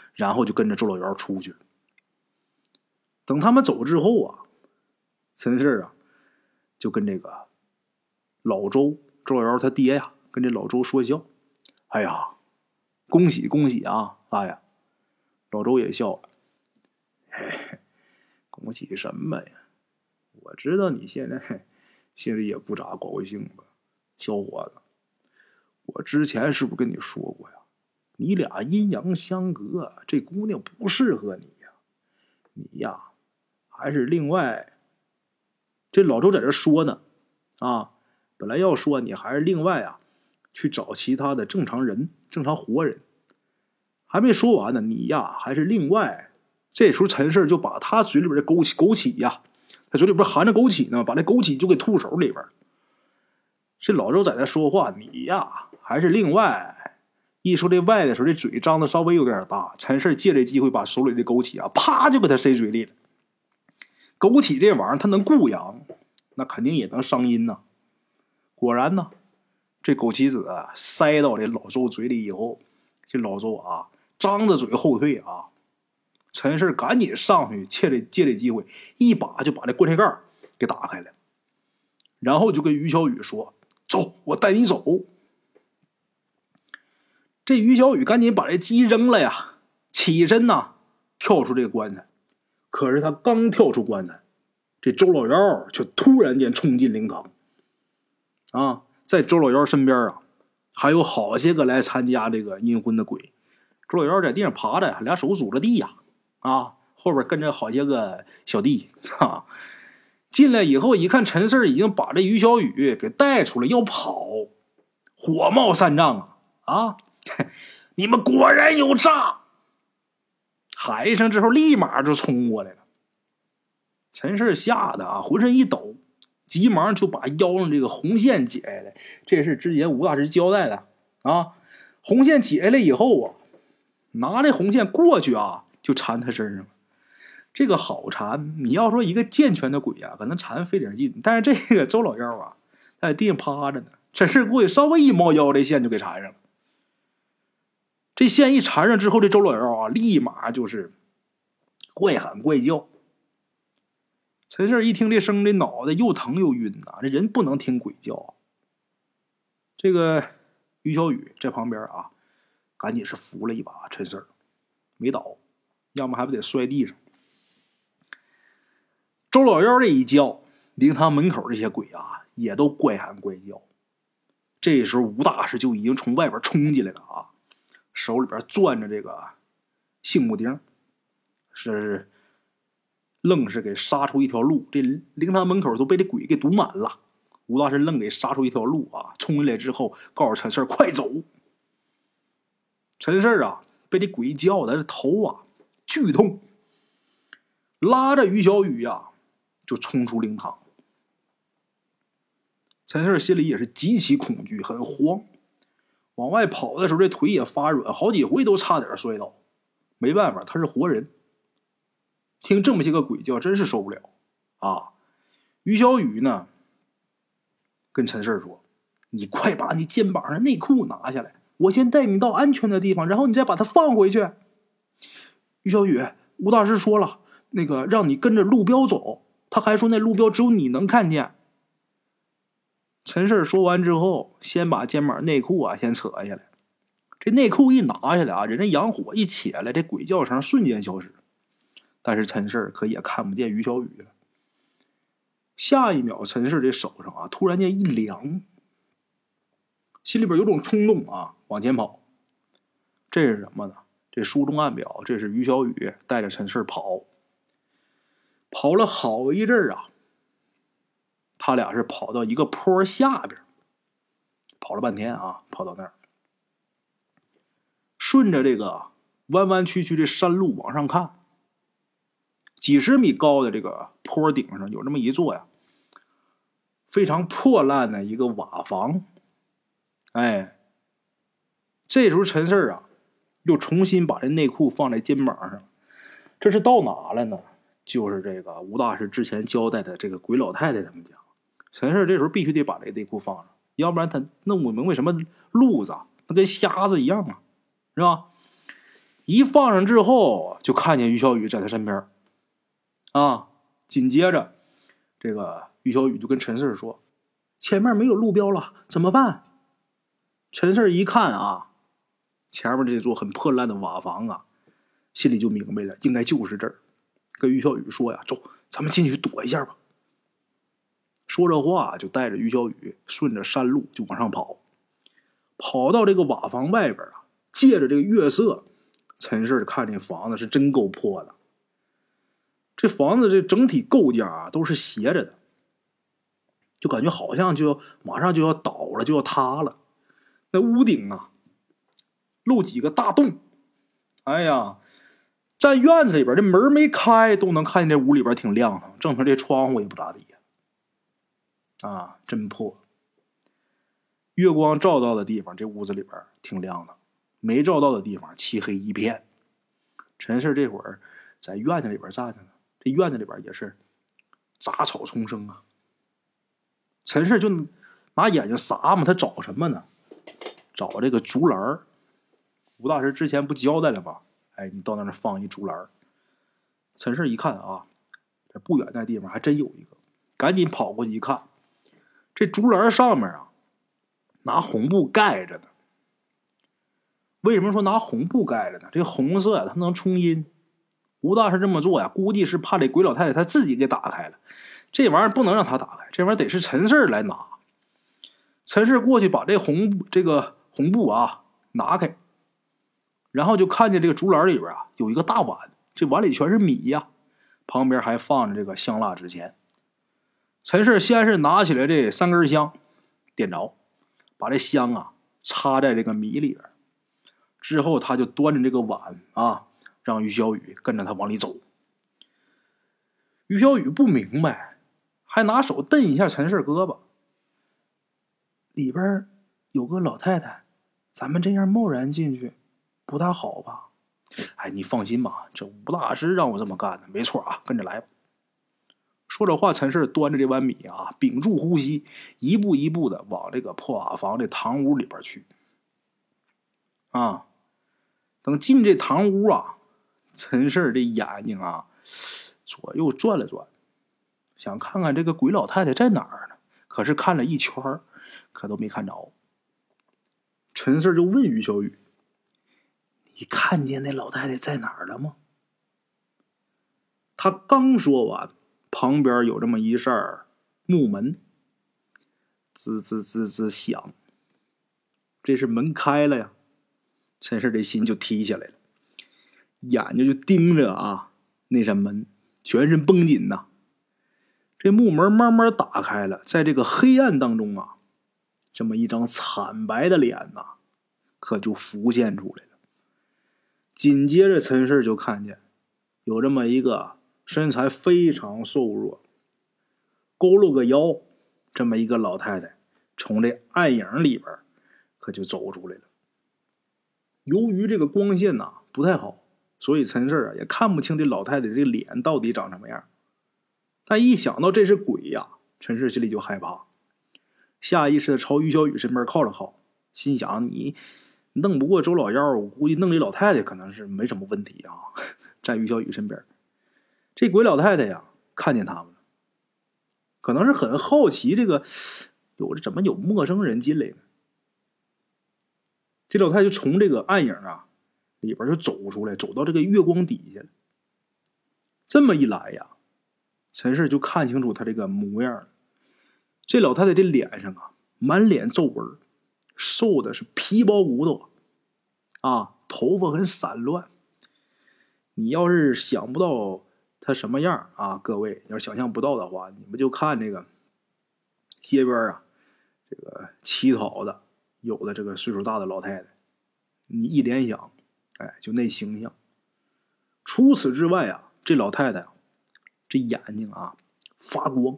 然后就跟着周老幺出去了。等他们走之后啊，陈氏啊就跟这个老周老幺他爹呀，跟这老周说笑：“哎呀，恭喜恭喜啊，大爷！”老周也笑了：“嘿，恭喜什么呀？我知道你现在心里也不咋高兴吧，小伙子。我之前是不是跟你说过呀？你俩阴阳相隔，这姑娘不适合你呀。你呀，还是另外……这老周在这说呢，啊，本来要说你还是另外啊，去找其他的正常人、正常活人。还没说完呢，你呀，还是另外……这时候陈氏就把他嘴里边的枸杞呀，他嘴里边含着枸杞呢，把那枸杞就给吐手里边。这老周在那说话，你呀，还是另外。一说这外的时候，这嘴张的稍微有点大。陈氏借这机会把手里的枸杞啊，啪就给他塞嘴里了。枸杞这玩意儿，它能固阳，那肯定也能伤阴呐。果然呢，这枸杞子啊塞到这老周嘴里以后，这老周啊张着嘴后退啊。陈氏赶紧上去借这机会，一把就把这棺材盖给打开了，然后就跟于小雨说：“走，我带你走。”这于小雨赶紧把这鸡扔了呀，起身呐，跳出这个棺材。可是他刚跳出棺材，这周老幺却突然间冲进灵堂。啊，在周老幺身边啊，还有好些个来参加这个阴婚的鬼。周老幺在地上爬着，俩手拄着地呀，啊，后边跟着好些个小弟。哈，进来以后一看，陈四已经把这于小雨给带出来，要跑，火冒三丈啊！你们果然有诈！喊一声之后，立马就冲过来了。陈氏吓得啊，浑身一抖，急忙就把腰上这个红线解下来。这是之前吴大师交代的啊。红线解下来以后啊，拿这红线过去啊，就缠他身上了。这个好缠，你要说一个健全的鬼啊，可能缠费点劲，但是这个周老幺啊，在地上趴着呢，陈氏过去稍微一猫腰，这线就给缠上了。这线一缠上之后，这周老幺啊，立马就是怪喊怪叫。陈氏一听这声，这脑袋又疼又晕呐，这人不能听鬼叫。这个于小雨在旁边啊，赶紧是扶了一把陈氏，没倒，要么还不得摔地上。周老幺这一叫，灵堂门口这些鬼啊，也都怪喊怪叫。这时候吴大师就已经从外边冲进来了啊，手里边攥着这个杏木钉，是愣是给杀出一条路。这灵堂门口都被这鬼给堵满了，吴大师愣给杀出一条路啊！冲进来之后，告诉陈氏快走。陈氏啊，被这鬼叫的这头啊剧痛，拉着于小雨啊就冲出灵堂。陈氏心里也是极其恐惧，很慌。往外跑的时候，这腿也发软，好几回都差点摔倒。没办法，他是活人，听这么些个鬼叫，真是受不了啊！于小雨呢，跟陈氏说：“你快把你肩膀上内裤拿下来，我先带你到安全的地方，然后你再把它放回去。”于小雨，吴大师说了，那个让你跟着路标走，他还说那路标只有你能看见。陈氏说完之后，先把肩膀内裤啊先扯下来。这内裤一拿下来啊，人家阳火一起来，这鬼叫声瞬间消失。但是陈氏可也看不见于小雨了。下一秒，陈氏这手上啊突然间一凉，心里边有种冲动啊，往前跑。这是什么呢？这书中暗表，这是于小雨带着陈氏跑了好一阵啊。他俩是跑到一个坡下边，跑了半天啊，跑到那儿，顺着这个弯弯曲曲的山路往上看，几十米高的这个坡顶上有这么一座呀非常破烂的一个瓦房。哎，这时候陈氏啊又重新把这内裤放在肩膀上，这是到哪了呢？就是这个吴大师之前交代的这个鬼老太太他们家。陈氏这时候必须得把这内裤放上，要不然他弄不明白什么路子，那跟瞎子一样啊，是吧？ 一放上之后，就看见于小雨在他身边啊。紧接着，这个于小雨就跟陈四说：“前面没有路标了，怎么办？”陈四一看啊，前面这座很破烂的瓦房啊，心里就明白了，应该就是这儿。跟于小雨说呀：“走，咱们进去躲一下吧。”说着话，就带着于小雨顺着山路就往上跑。跑到这个瓦房外边啊，借着这个月色，陈氏看这房子是真够破的。这房子这整体构架啊都是斜着的，就感觉好像马上就要倒了，就要塌了。那屋顶啊露几个大洞，哎呀，站院子里边这门没开都能看见这屋里边挺亮堂，正常这窗户也不咋地啊，真破。月光照到的地方，这屋子里边挺亮的；没照到的地方，漆黑一片。陈氏这会儿在院子里边站着呢，这院子里边也是杂草丛生啊。陈氏就拿眼睛撒嘛，他找什么呢？找这个竹篮。吴大师之前不交代了吗？哎，你到那儿放一竹篮。陈氏一看啊，这不远那地方还真有一个，赶紧跑过去一看，这竹篮上面啊拿红布盖着呢。为什么说拿红布盖着呢？这个红色呀，它能冲阴。吴大师这么做呀，估计是怕这鬼老太太她自己给打开了。这玩意儿不能让她打开，这玩意儿得是陈氏来拿。陈氏过去把这个红布啊拿开，然后就看见这个竹篮里边啊有一个大碗，这碗里全是米呀，旁边还放着这个香蜡纸钱。陈氏先是拿起来这3根香，点着，把这香啊插在这个米里边，之后他就端着这个碗啊，让于小雨跟着他往里走。于小雨不明白，还拿手蹬一下陈氏胳膊，里边有个老太太，咱们这样贸然进去不大好吧？哎，你放心吧，这吴大师让我这么干的，没错啊，跟着来吧。说着话，陈氏端着这碗米啊，屏住呼吸，一步一步的往这个破瓦房这堂屋里边去。啊，等进这堂屋啊，陈氏这眼睛啊左右转了转，想看看这个鬼老太太在哪儿呢。可是看了一圈，可都没看着。陈氏就问于小雨：“你看见那老太太在哪儿了吗？”他刚说完，旁边有这么一扇木门，滋滋滋滋响，这是门开了呀。陈氏这心就提起来了，眼睛就盯着啊那扇门，全身绷紧呐。这木门慢慢打开了，在这个黑暗当中啊，这么一张惨白的脸呐，可就浮现出来了。紧接着陈氏就看见有这么一个身材非常瘦弱，佝偻个腰，这么一个老太太从这暗影里边可就走出来了。由于这个光线呐不太好，所以陈氏啊也看不清这老太太这脸到底长什么样。但一想到这是鬼呀，陈氏心里就害怕，下意识的朝于小雨身边靠了靠，心想你弄不过周老妖，我估计弄这老太太可能是没什么问题啊。站于小雨身边，这鬼老太太呀看见他们了，可能是很好奇这个怎么有陌生人进来呢。这老太太就从这个暗影啊里边就走出来，走到这个月光底下了。这么一来呀，陈氏就看清楚她这个模样了。这老太太这脸上啊满脸皱纹，瘦的是皮包骨头啊，头发很散乱。你要是想不到她什么样啊，各位要是想象不到的话，你们就看这个街边啊这个乞讨的有的这个岁数大的老太太，你一联想，哎，就那形象。除此之外啊，这老太太这眼睛啊发光，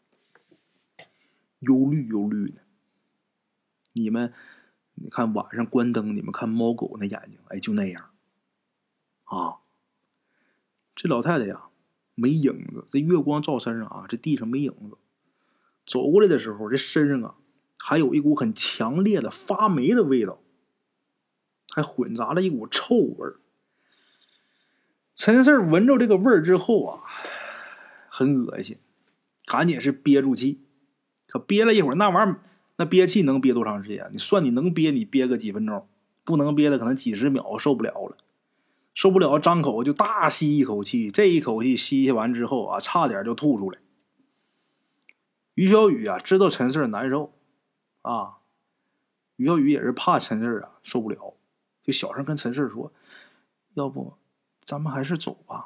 幽绿幽绿的。你看晚上关灯，你们看猫狗那眼睛，哎，就那样啊。这老太太呀没影子，这月光照身上啊，这地上没影子。走过来的时候，这身上啊还有一股很强烈的发霉的味道，还混杂了一股臭味。 陈四闻着这个味儿之后啊，很恶心，赶紧是憋住气。可憋了一会儿，那玩意儿那憋气能憋多长时间？你算你能憋，你憋个几分钟，不能憋的可能几十秒，受不了了。受不了，张口就大吸一口气。这一口气吸下完之后啊，差点就吐出来。于小雨啊，知道陈四难受啊，于小雨也是怕陈四啊受不了，就小声跟陈四说：“要不咱们还是走吧。”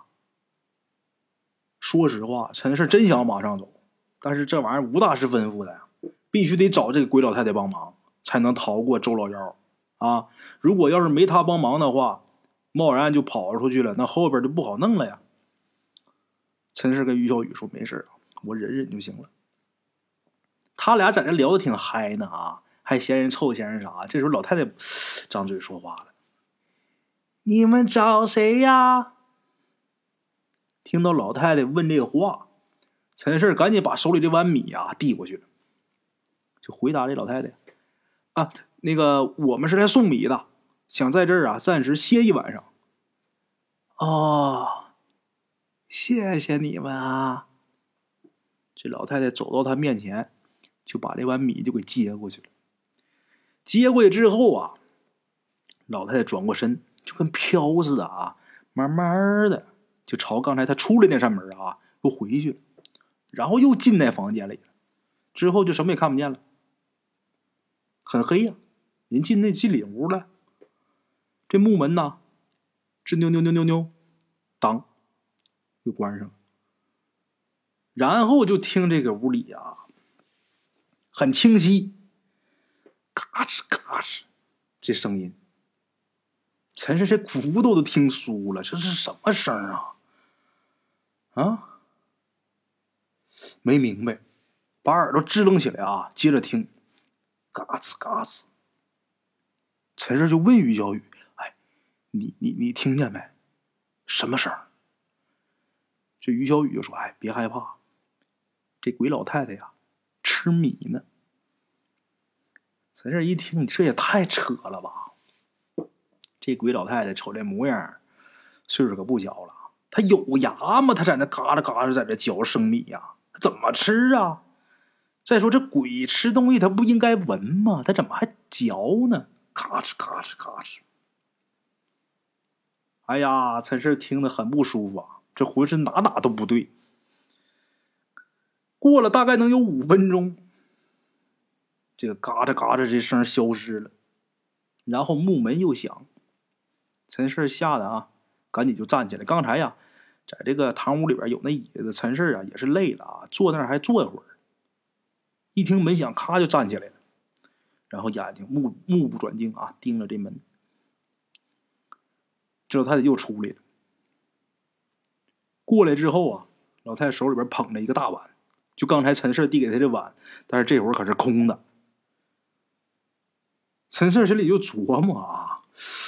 说实话，陈四真想马上走，但是这玩意儿吴大师吩咐的呀，必须得找这个鬼老太太帮忙，才能逃过周老幺啊。如果要是没他帮忙的话，贸然就跑出去了，那后边就不好弄了呀。陈氏跟于小雨说：“没事我忍忍就行了。”他俩在这聊得挺嗨呢啊，还嫌人臭嫌人啥。这时候老太太张嘴说话了：“你们找谁呀？”听到老太太问这个话，陈氏赶紧把手里这碗米啊递过去了，就回答这老太太：“啊，那个我们是来送米的，想在这儿啊暂时歇一晚上。”“哦，谢谢你们啊。”这老太太走到他面前，就把这碗米就给接过去了。接过去之后啊，老太太转过身，就跟飘似的啊，慢慢的就朝刚才他出来那扇门啊又回去了，然后又进那房间里了。之后就什么也看不见了，很黑呀，人进里屋了。这木门呢，吱扭扭扭扭扭，当又关上了。然后就听这个屋里啊，很清晰，嘎吱嘎吱，这声音，陈氏这骨头都听酥了，这是什么声啊？啊，没明白，把耳朵支棱起来啊，接着听，嘎吱嘎吱。陈氏就问于小雨：“哎，你听见没？什么声？”这于小雨就说：“哎，别害怕，这鬼老太太呀，吃米呢。”陈氏一听，这也太扯了吧！这鬼老太太瞅这模样，岁数可不小了。她有牙吗？她在那嘎吱嘎吱在这嚼生米呀，她怎么吃啊？再说这鬼吃东西，他不应该闻吗？他怎么还嚼呢？咔哧咔哧咔哧！哎呀，陈氏听得很不舒服啊，这浑身哪都不对。过了大概能有5分钟，这个嘎吱嘎吱这声消失了，然后木门又响。陈氏吓得啊，赶紧就站起来。刚才呀，在这个堂屋里边有那椅子，陈氏啊也是累了啊，坐那儿还坐一会儿。一听门响，咔就站起来了，然后眼睛目不转睛啊，盯着这门。这老太太又出来了。过来之后啊，老太太手里边捧着一个大碗，就刚才陈氏递给她这碗，但是这会儿可是空的。陈氏心里就琢磨啊，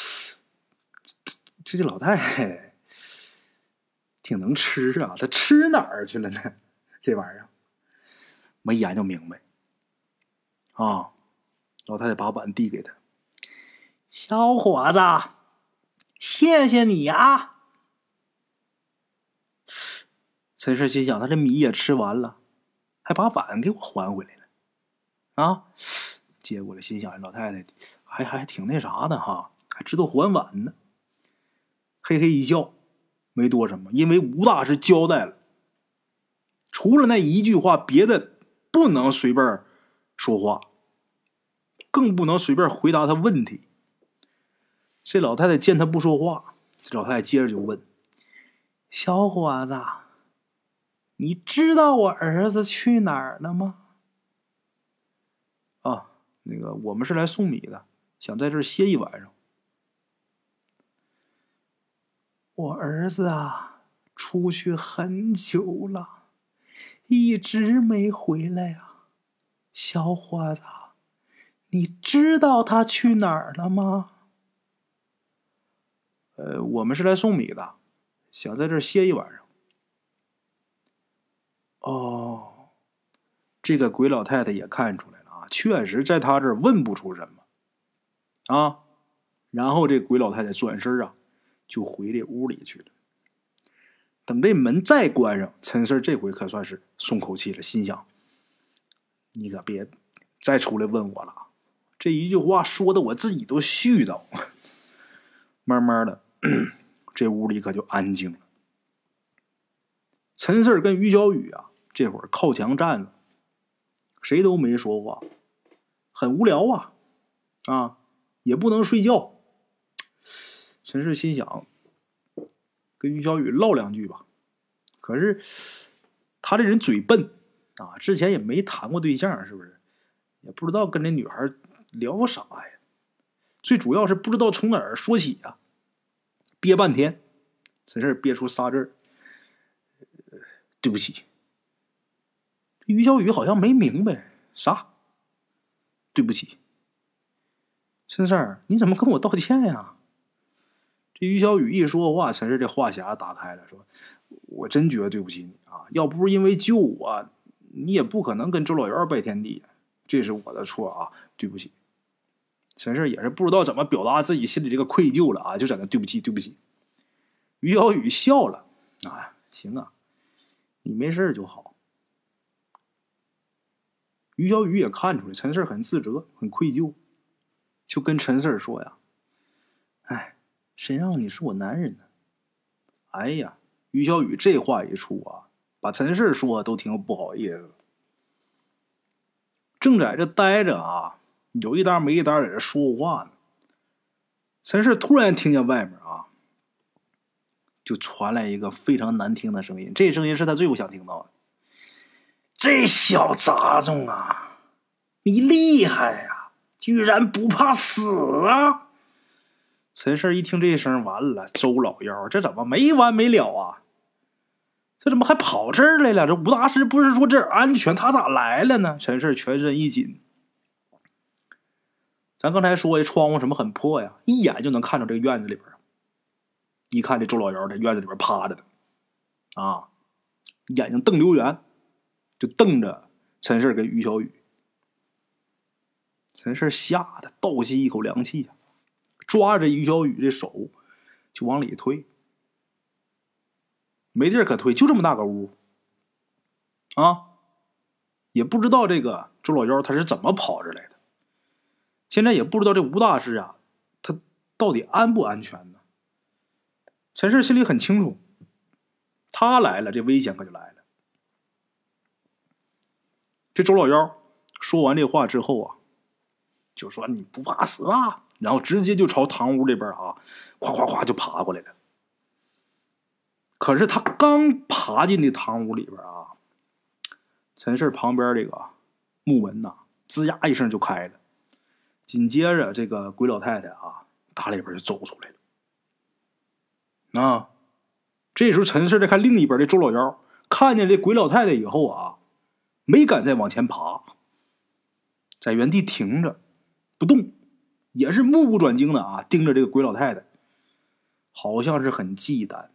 这老太太挺能吃啊，她吃哪儿去了呢？这玩意儿没研究明白啊。老太太把碗递给他：“小伙子，谢谢你啊。”陈氏心想，他这米也吃完了，还把碗给我还回来了啊！接过来，心想老太太还挺那啥的哈，还知道还碗呢。嘿嘿一笑，没多什么，因为吴大师交代了，除了那一句话，别的不能随便说话，更不能随便回答他问题。这老太太见他不说话，这老太太接着就问：“小伙子，你知道我儿子去哪儿了吗？”“啊，那个我们是来送米的，想在这儿歇一晚上。”“我儿子啊，出去很久了，一直没回来啊。小伙子，你知道他去哪儿了吗？”“我们是来送米的，想在这儿歇一晚上。”“哦，这个鬼老太太也看出来了啊，确实在他这儿问不出什么啊。”然后这鬼老太太转身啊，就回这屋里去了。 等这门再关上，陈四这回可算是松口气了，心想：你可别再出来问我了。这一句话说的我自己都絮叨。慢慢的，这屋里可就安静了。陈四跟于小雨啊，这会儿靠墙站着，谁都没说话，很无聊啊，也不能睡觉。陈四心想，跟于小雨唠两句吧。可是他这人嘴笨啊，之前也没谈过对象，是不是？也不知道跟这女孩聊啥呀。最主要是不知道从哪儿说起啊，憋半天，陈四憋出仨字儿：对不起。于小雨好像没明白啥，对不起。陈四，你怎么跟我道歉呀？这于小雨一说话，陈四这话匣打开了，说：我真觉得对不起你啊，要不是因为救我，你也不可能跟周老幺拜天地，这是我的错啊，对不起。陈四也是不知道怎么表达自己心里这个愧疚了啊，就在那对不起对不起。于小雨笑了啊，行啊，你没事就好。于小雨也看出来陈四很自责很愧疚，就跟陈四说呀：哎，谁让你是我男人呢？哎呀，于小雨这话一出啊，把陈四说都挺不好意思。正在这待着啊，有一搭没一搭在这说话呢。陈四突然听见外面啊，就传来一个非常难听的声音，这声音是他最不想听到的。这小杂种啊，你厉害呀，居然不怕死啊！陈四一听这声，完了，周老幺这怎么没完没了啊？这怎么还跑这儿来了？这吴大师不是说这儿安全，他咋来了呢？陈四全身一紧。咱刚才说窗户什么很破呀，一眼就能看到这个院子里边。一看这周老幺在院子里边趴着呢，啊，眼睛瞪溜圆，就瞪着陈四跟于小雨。陈四吓得倒吸一口凉气，抓着于小雨这手就往里推。没地儿可推，就这么大个屋啊，也不知道这个周老幺他是怎么跑这来的。现在也不知道这吴大师啊，他到底安不安全呢？陈四心里很清楚，他来了，这危险可就来了。这周老幺说完这话之后啊，就说你不怕死啊，然后直接就朝堂屋这边啊，咵咵咵就爬过来了。可是他刚爬进这堂屋里边啊，陈四旁边这个木门呐，吱呀一声就开了。紧接着这个鬼老太太啊，打里边就走出来了。啊，这时候陈四在看另一边的周老幺，看见这鬼老太太以后啊，没敢再往前爬，在原地停着不动，也是目不转睛的啊，盯着这个鬼老太太，好像是很忌惮。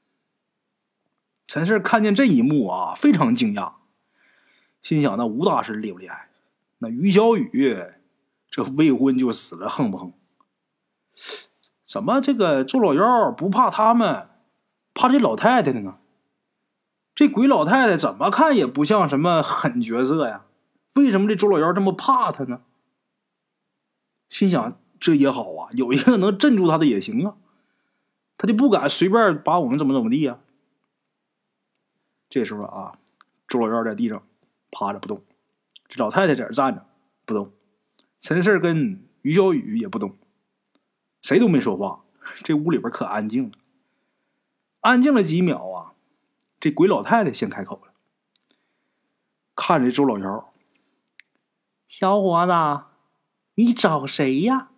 陈四看见这一幕啊，非常惊讶，心想那吴大师厉不厉害？那于小雨这未婚就死了，横不横？怎么这个周老幺不怕他们，怕这老太太的呢？这鬼老太太怎么看也不像什么狠角色呀，为什么这周老幺这么怕他呢？心想这也好啊，有一个能镇住他的也行啊，他就不敢随便把我们怎么地啊。这时候啊，周老幺在地上趴着不动，这老太太在这站着不动，陈四跟于小雨也不动，谁都没说话。这屋里边可安静了，安静了几秒啊，这鬼老太太先开口了，看着周老幺：小伙子，你找谁呀？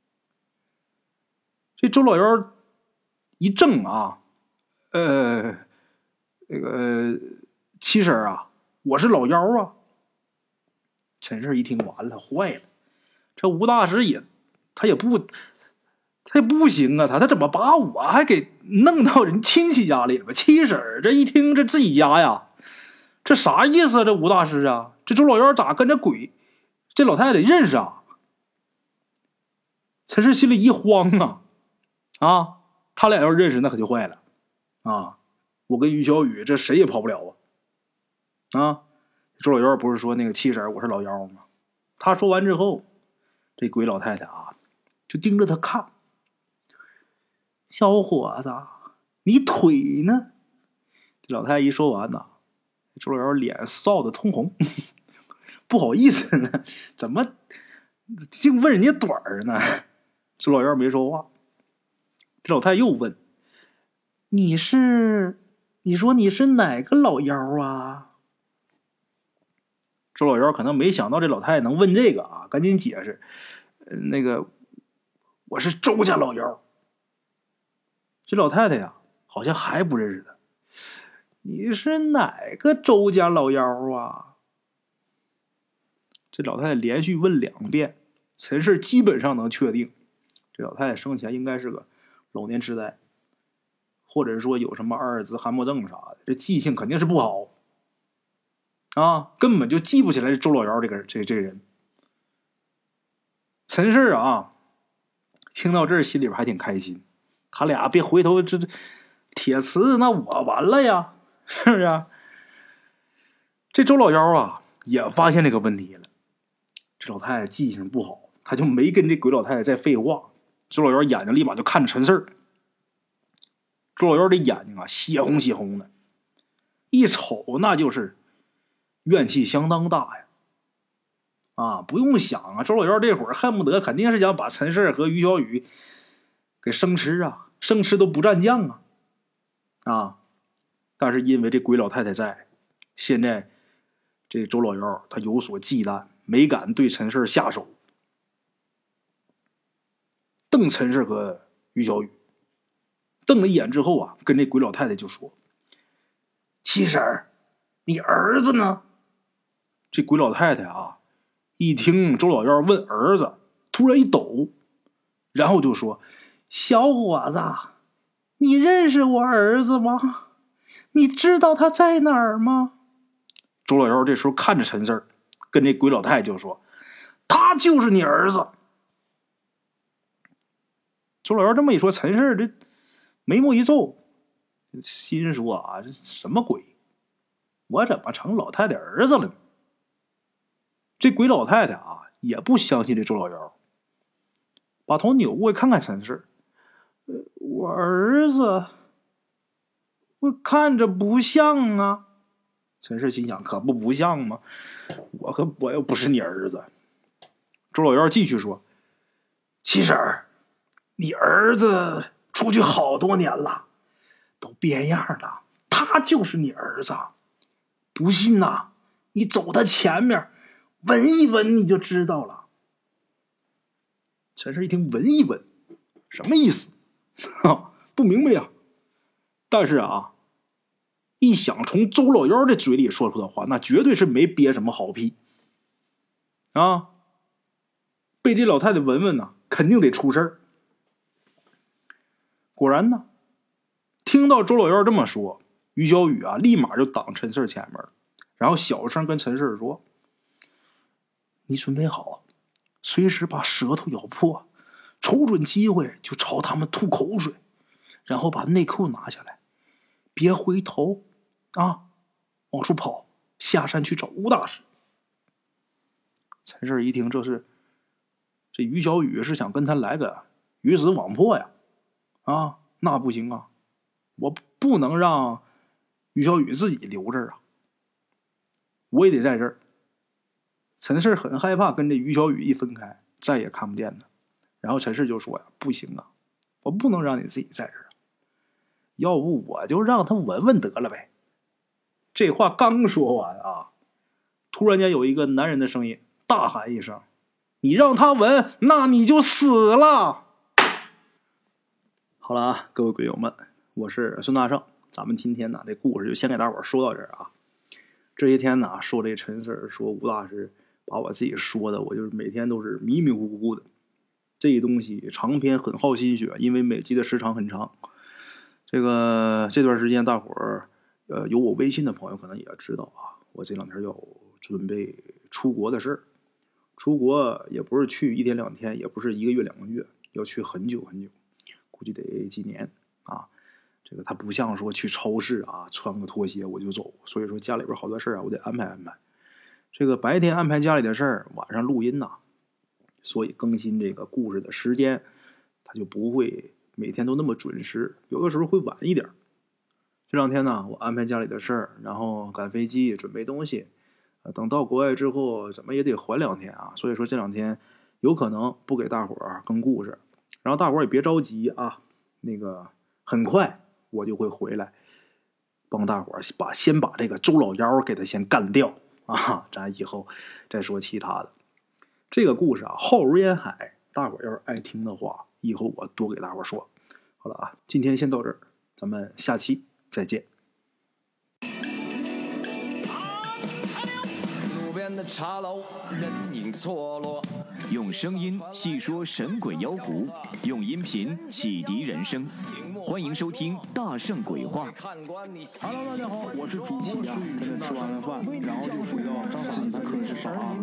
这周老幺一怔啊，那个七婶啊，我是老幺啊。陈氏一听完了，坏了，这吴大师他也不行啊，他怎么把我还给弄到人亲戚家里了？七婶这一听这自己家呀，这啥意思啊？这吴大师啊，这周老幺咋跟这鬼这老太太认识啊？陈氏心里一慌啊，他俩要认识那可就坏了啊！ 我跟于小雨这谁也跑不了啊！啊，周老幺不是说那个七婶我是老幺吗？他说完之后，这鬼老太太啊就盯着他看。小伙子，你腿呢？这老太太一说完呢，周老幺脸臊得通红，不好意思呢，怎么净问人家短儿呢？周老幺没说话。这老太太又问：“你说你是哪个老幺啊？”周老幺可能没想到这老太太能问这个啊，赶紧解释：“那个我是周家老幺。”这老太太呀，好像还不认识他。你是哪个周家老幺啊？这老太太连续问2遍，陈氏基本上能确定，这老太太生前应该是个老年痴呆，或者说有什么阿尔兹海默症啥的，这记性肯定是不好啊，根本就记不起来周老幺这个人。陈氏啊，听到这儿心里边还挺开心，他俩别回头这铁瓷，那我完了呀，是不是啊？这周老幺啊也发现这个问题了。这老太太记性不好，他就没跟这鬼老太太再废话。周老幺眼睛立马就看着陈四儿。周老幺的眼睛啊血红血红的，一瞅那就是怨气相当大呀。啊，不用想啊，周老幺这会儿恨不得肯定是想把陈四和于小雨给生吃啊，生吃都不蘸酱啊。啊，但是因为这鬼老太太在，现在这周老幺他有所忌惮，没敢对陈氏下手。瞪陈氏和于小雨，瞪了一眼之后啊，跟这鬼老太太就说：“七婶儿，你儿子呢？”这鬼老太太啊，一听周老幺问儿子，突然一抖，然后就说：“小伙子，你认识我儿子吗？你知道他在哪儿吗？”周老幺这时候看着陈四儿，跟这鬼老太太就说：“他就是你儿子。”周老幺这么一说，陈四儿这眉目一皱，心说啊，这什么鬼？我怎么成老太太儿子了呢？这鬼老太太啊，也不相信这周老幺，把头扭过去看看陈四儿。我儿子，我看着不像啊。陈氏心想，可不像吗？我又不是你儿子。周老幺继续说：“七婶儿，你儿子出去好多年了，都变样了，他就是你儿子。不信呐，你走他前面闻一闻，你就知道了。”陈氏一听闻一闻，什么意思？不明白呀。但是啊，一想从周老幺的嘴里说出的话，那绝对是没憋什么好屁啊！被这老太太闻闻呢，肯定得出事儿。果然呢，听到周老幺这么说，于小雨啊，立马就挡陈四前面，然后小声跟陈四说：“你准备好，随时把舌头咬破，瞅准机会就朝他们吐口水，然后把内裤拿下来，别回头啊，往出跑，下山去找吴大师。”陈四一听，这于小雨是想跟他来个鱼死网破呀！啊，那不行啊，我不能让于小雨自己留这儿啊，我也得在这儿。陈氏很害怕跟这于小雨一分开再也看不见他，然后陈氏就说呀：“不行啊，我不能让你自己在这儿，要不我就让他闻闻得了呗。”这话刚说完啊，突然间有一个男人的声音大喊一声：“你让他闻，那你就死了！”好了啊，各位鬼友们，我是孙大圣，咱们今天呢这故事就先给大伙说到这儿啊。这些天呢说这陈氏说吴大师，把我自己说的我就是每天都是迷迷糊糊的。这东西长篇很耗心血，因为每集的时长很长。这段时间大伙儿有我微信的朋友可能也知道啊，我这2天要准备出国的事儿。出国也不是去1天2天，也不是1个月2个月，要去很久很久，估计得几年啊。 这个他不像说去超市啊，穿个拖鞋我就走，所以说家里边好多事儿啊，我得安排安排。这个白天安排家里的事儿，晚上录音呐，所以更新这个故事的时间，他就不会每天都那么准时，有的时候会晚一点。这两天呢，我安排家里的事儿，然后赶飞机准备东西，等到国外之后怎么也得缓2天啊，所以说这2天有可能不给大伙儿更故事，然后大伙儿也别着急啊，那个很快我就会回来，帮大伙儿先把这个周老妖给他先干掉啊，咱以后再说其他的。这个故事啊，浩如烟海，大伙儿要是爱听的话，以后我多给大伙儿说。好了啊，今天先到这儿，咱们下期再见。 路边的茶楼，人影错落。用声音细说神鬼妖狐，用音频启迪人生。欢迎收听《大圣鬼话》。 Hello， 大家好，我是主播孙宇，吃完了饭，然后就回到自己的课室上啊。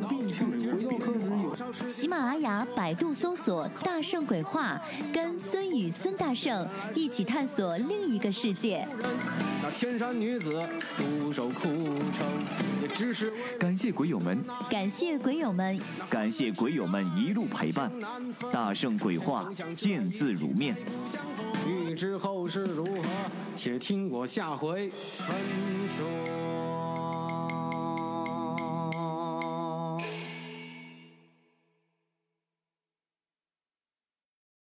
喜马拉雅、百度搜索“大圣鬼话”，跟孙宇、孙大圣一起探索另一个世界。 那天山女子独守枯城，也只是感谢鬼友们， 感谢鬼友们， 感谢鬼友们一路陪伴。大圣鬼话，见字如面。 欲知后事如何，且听我下回分说。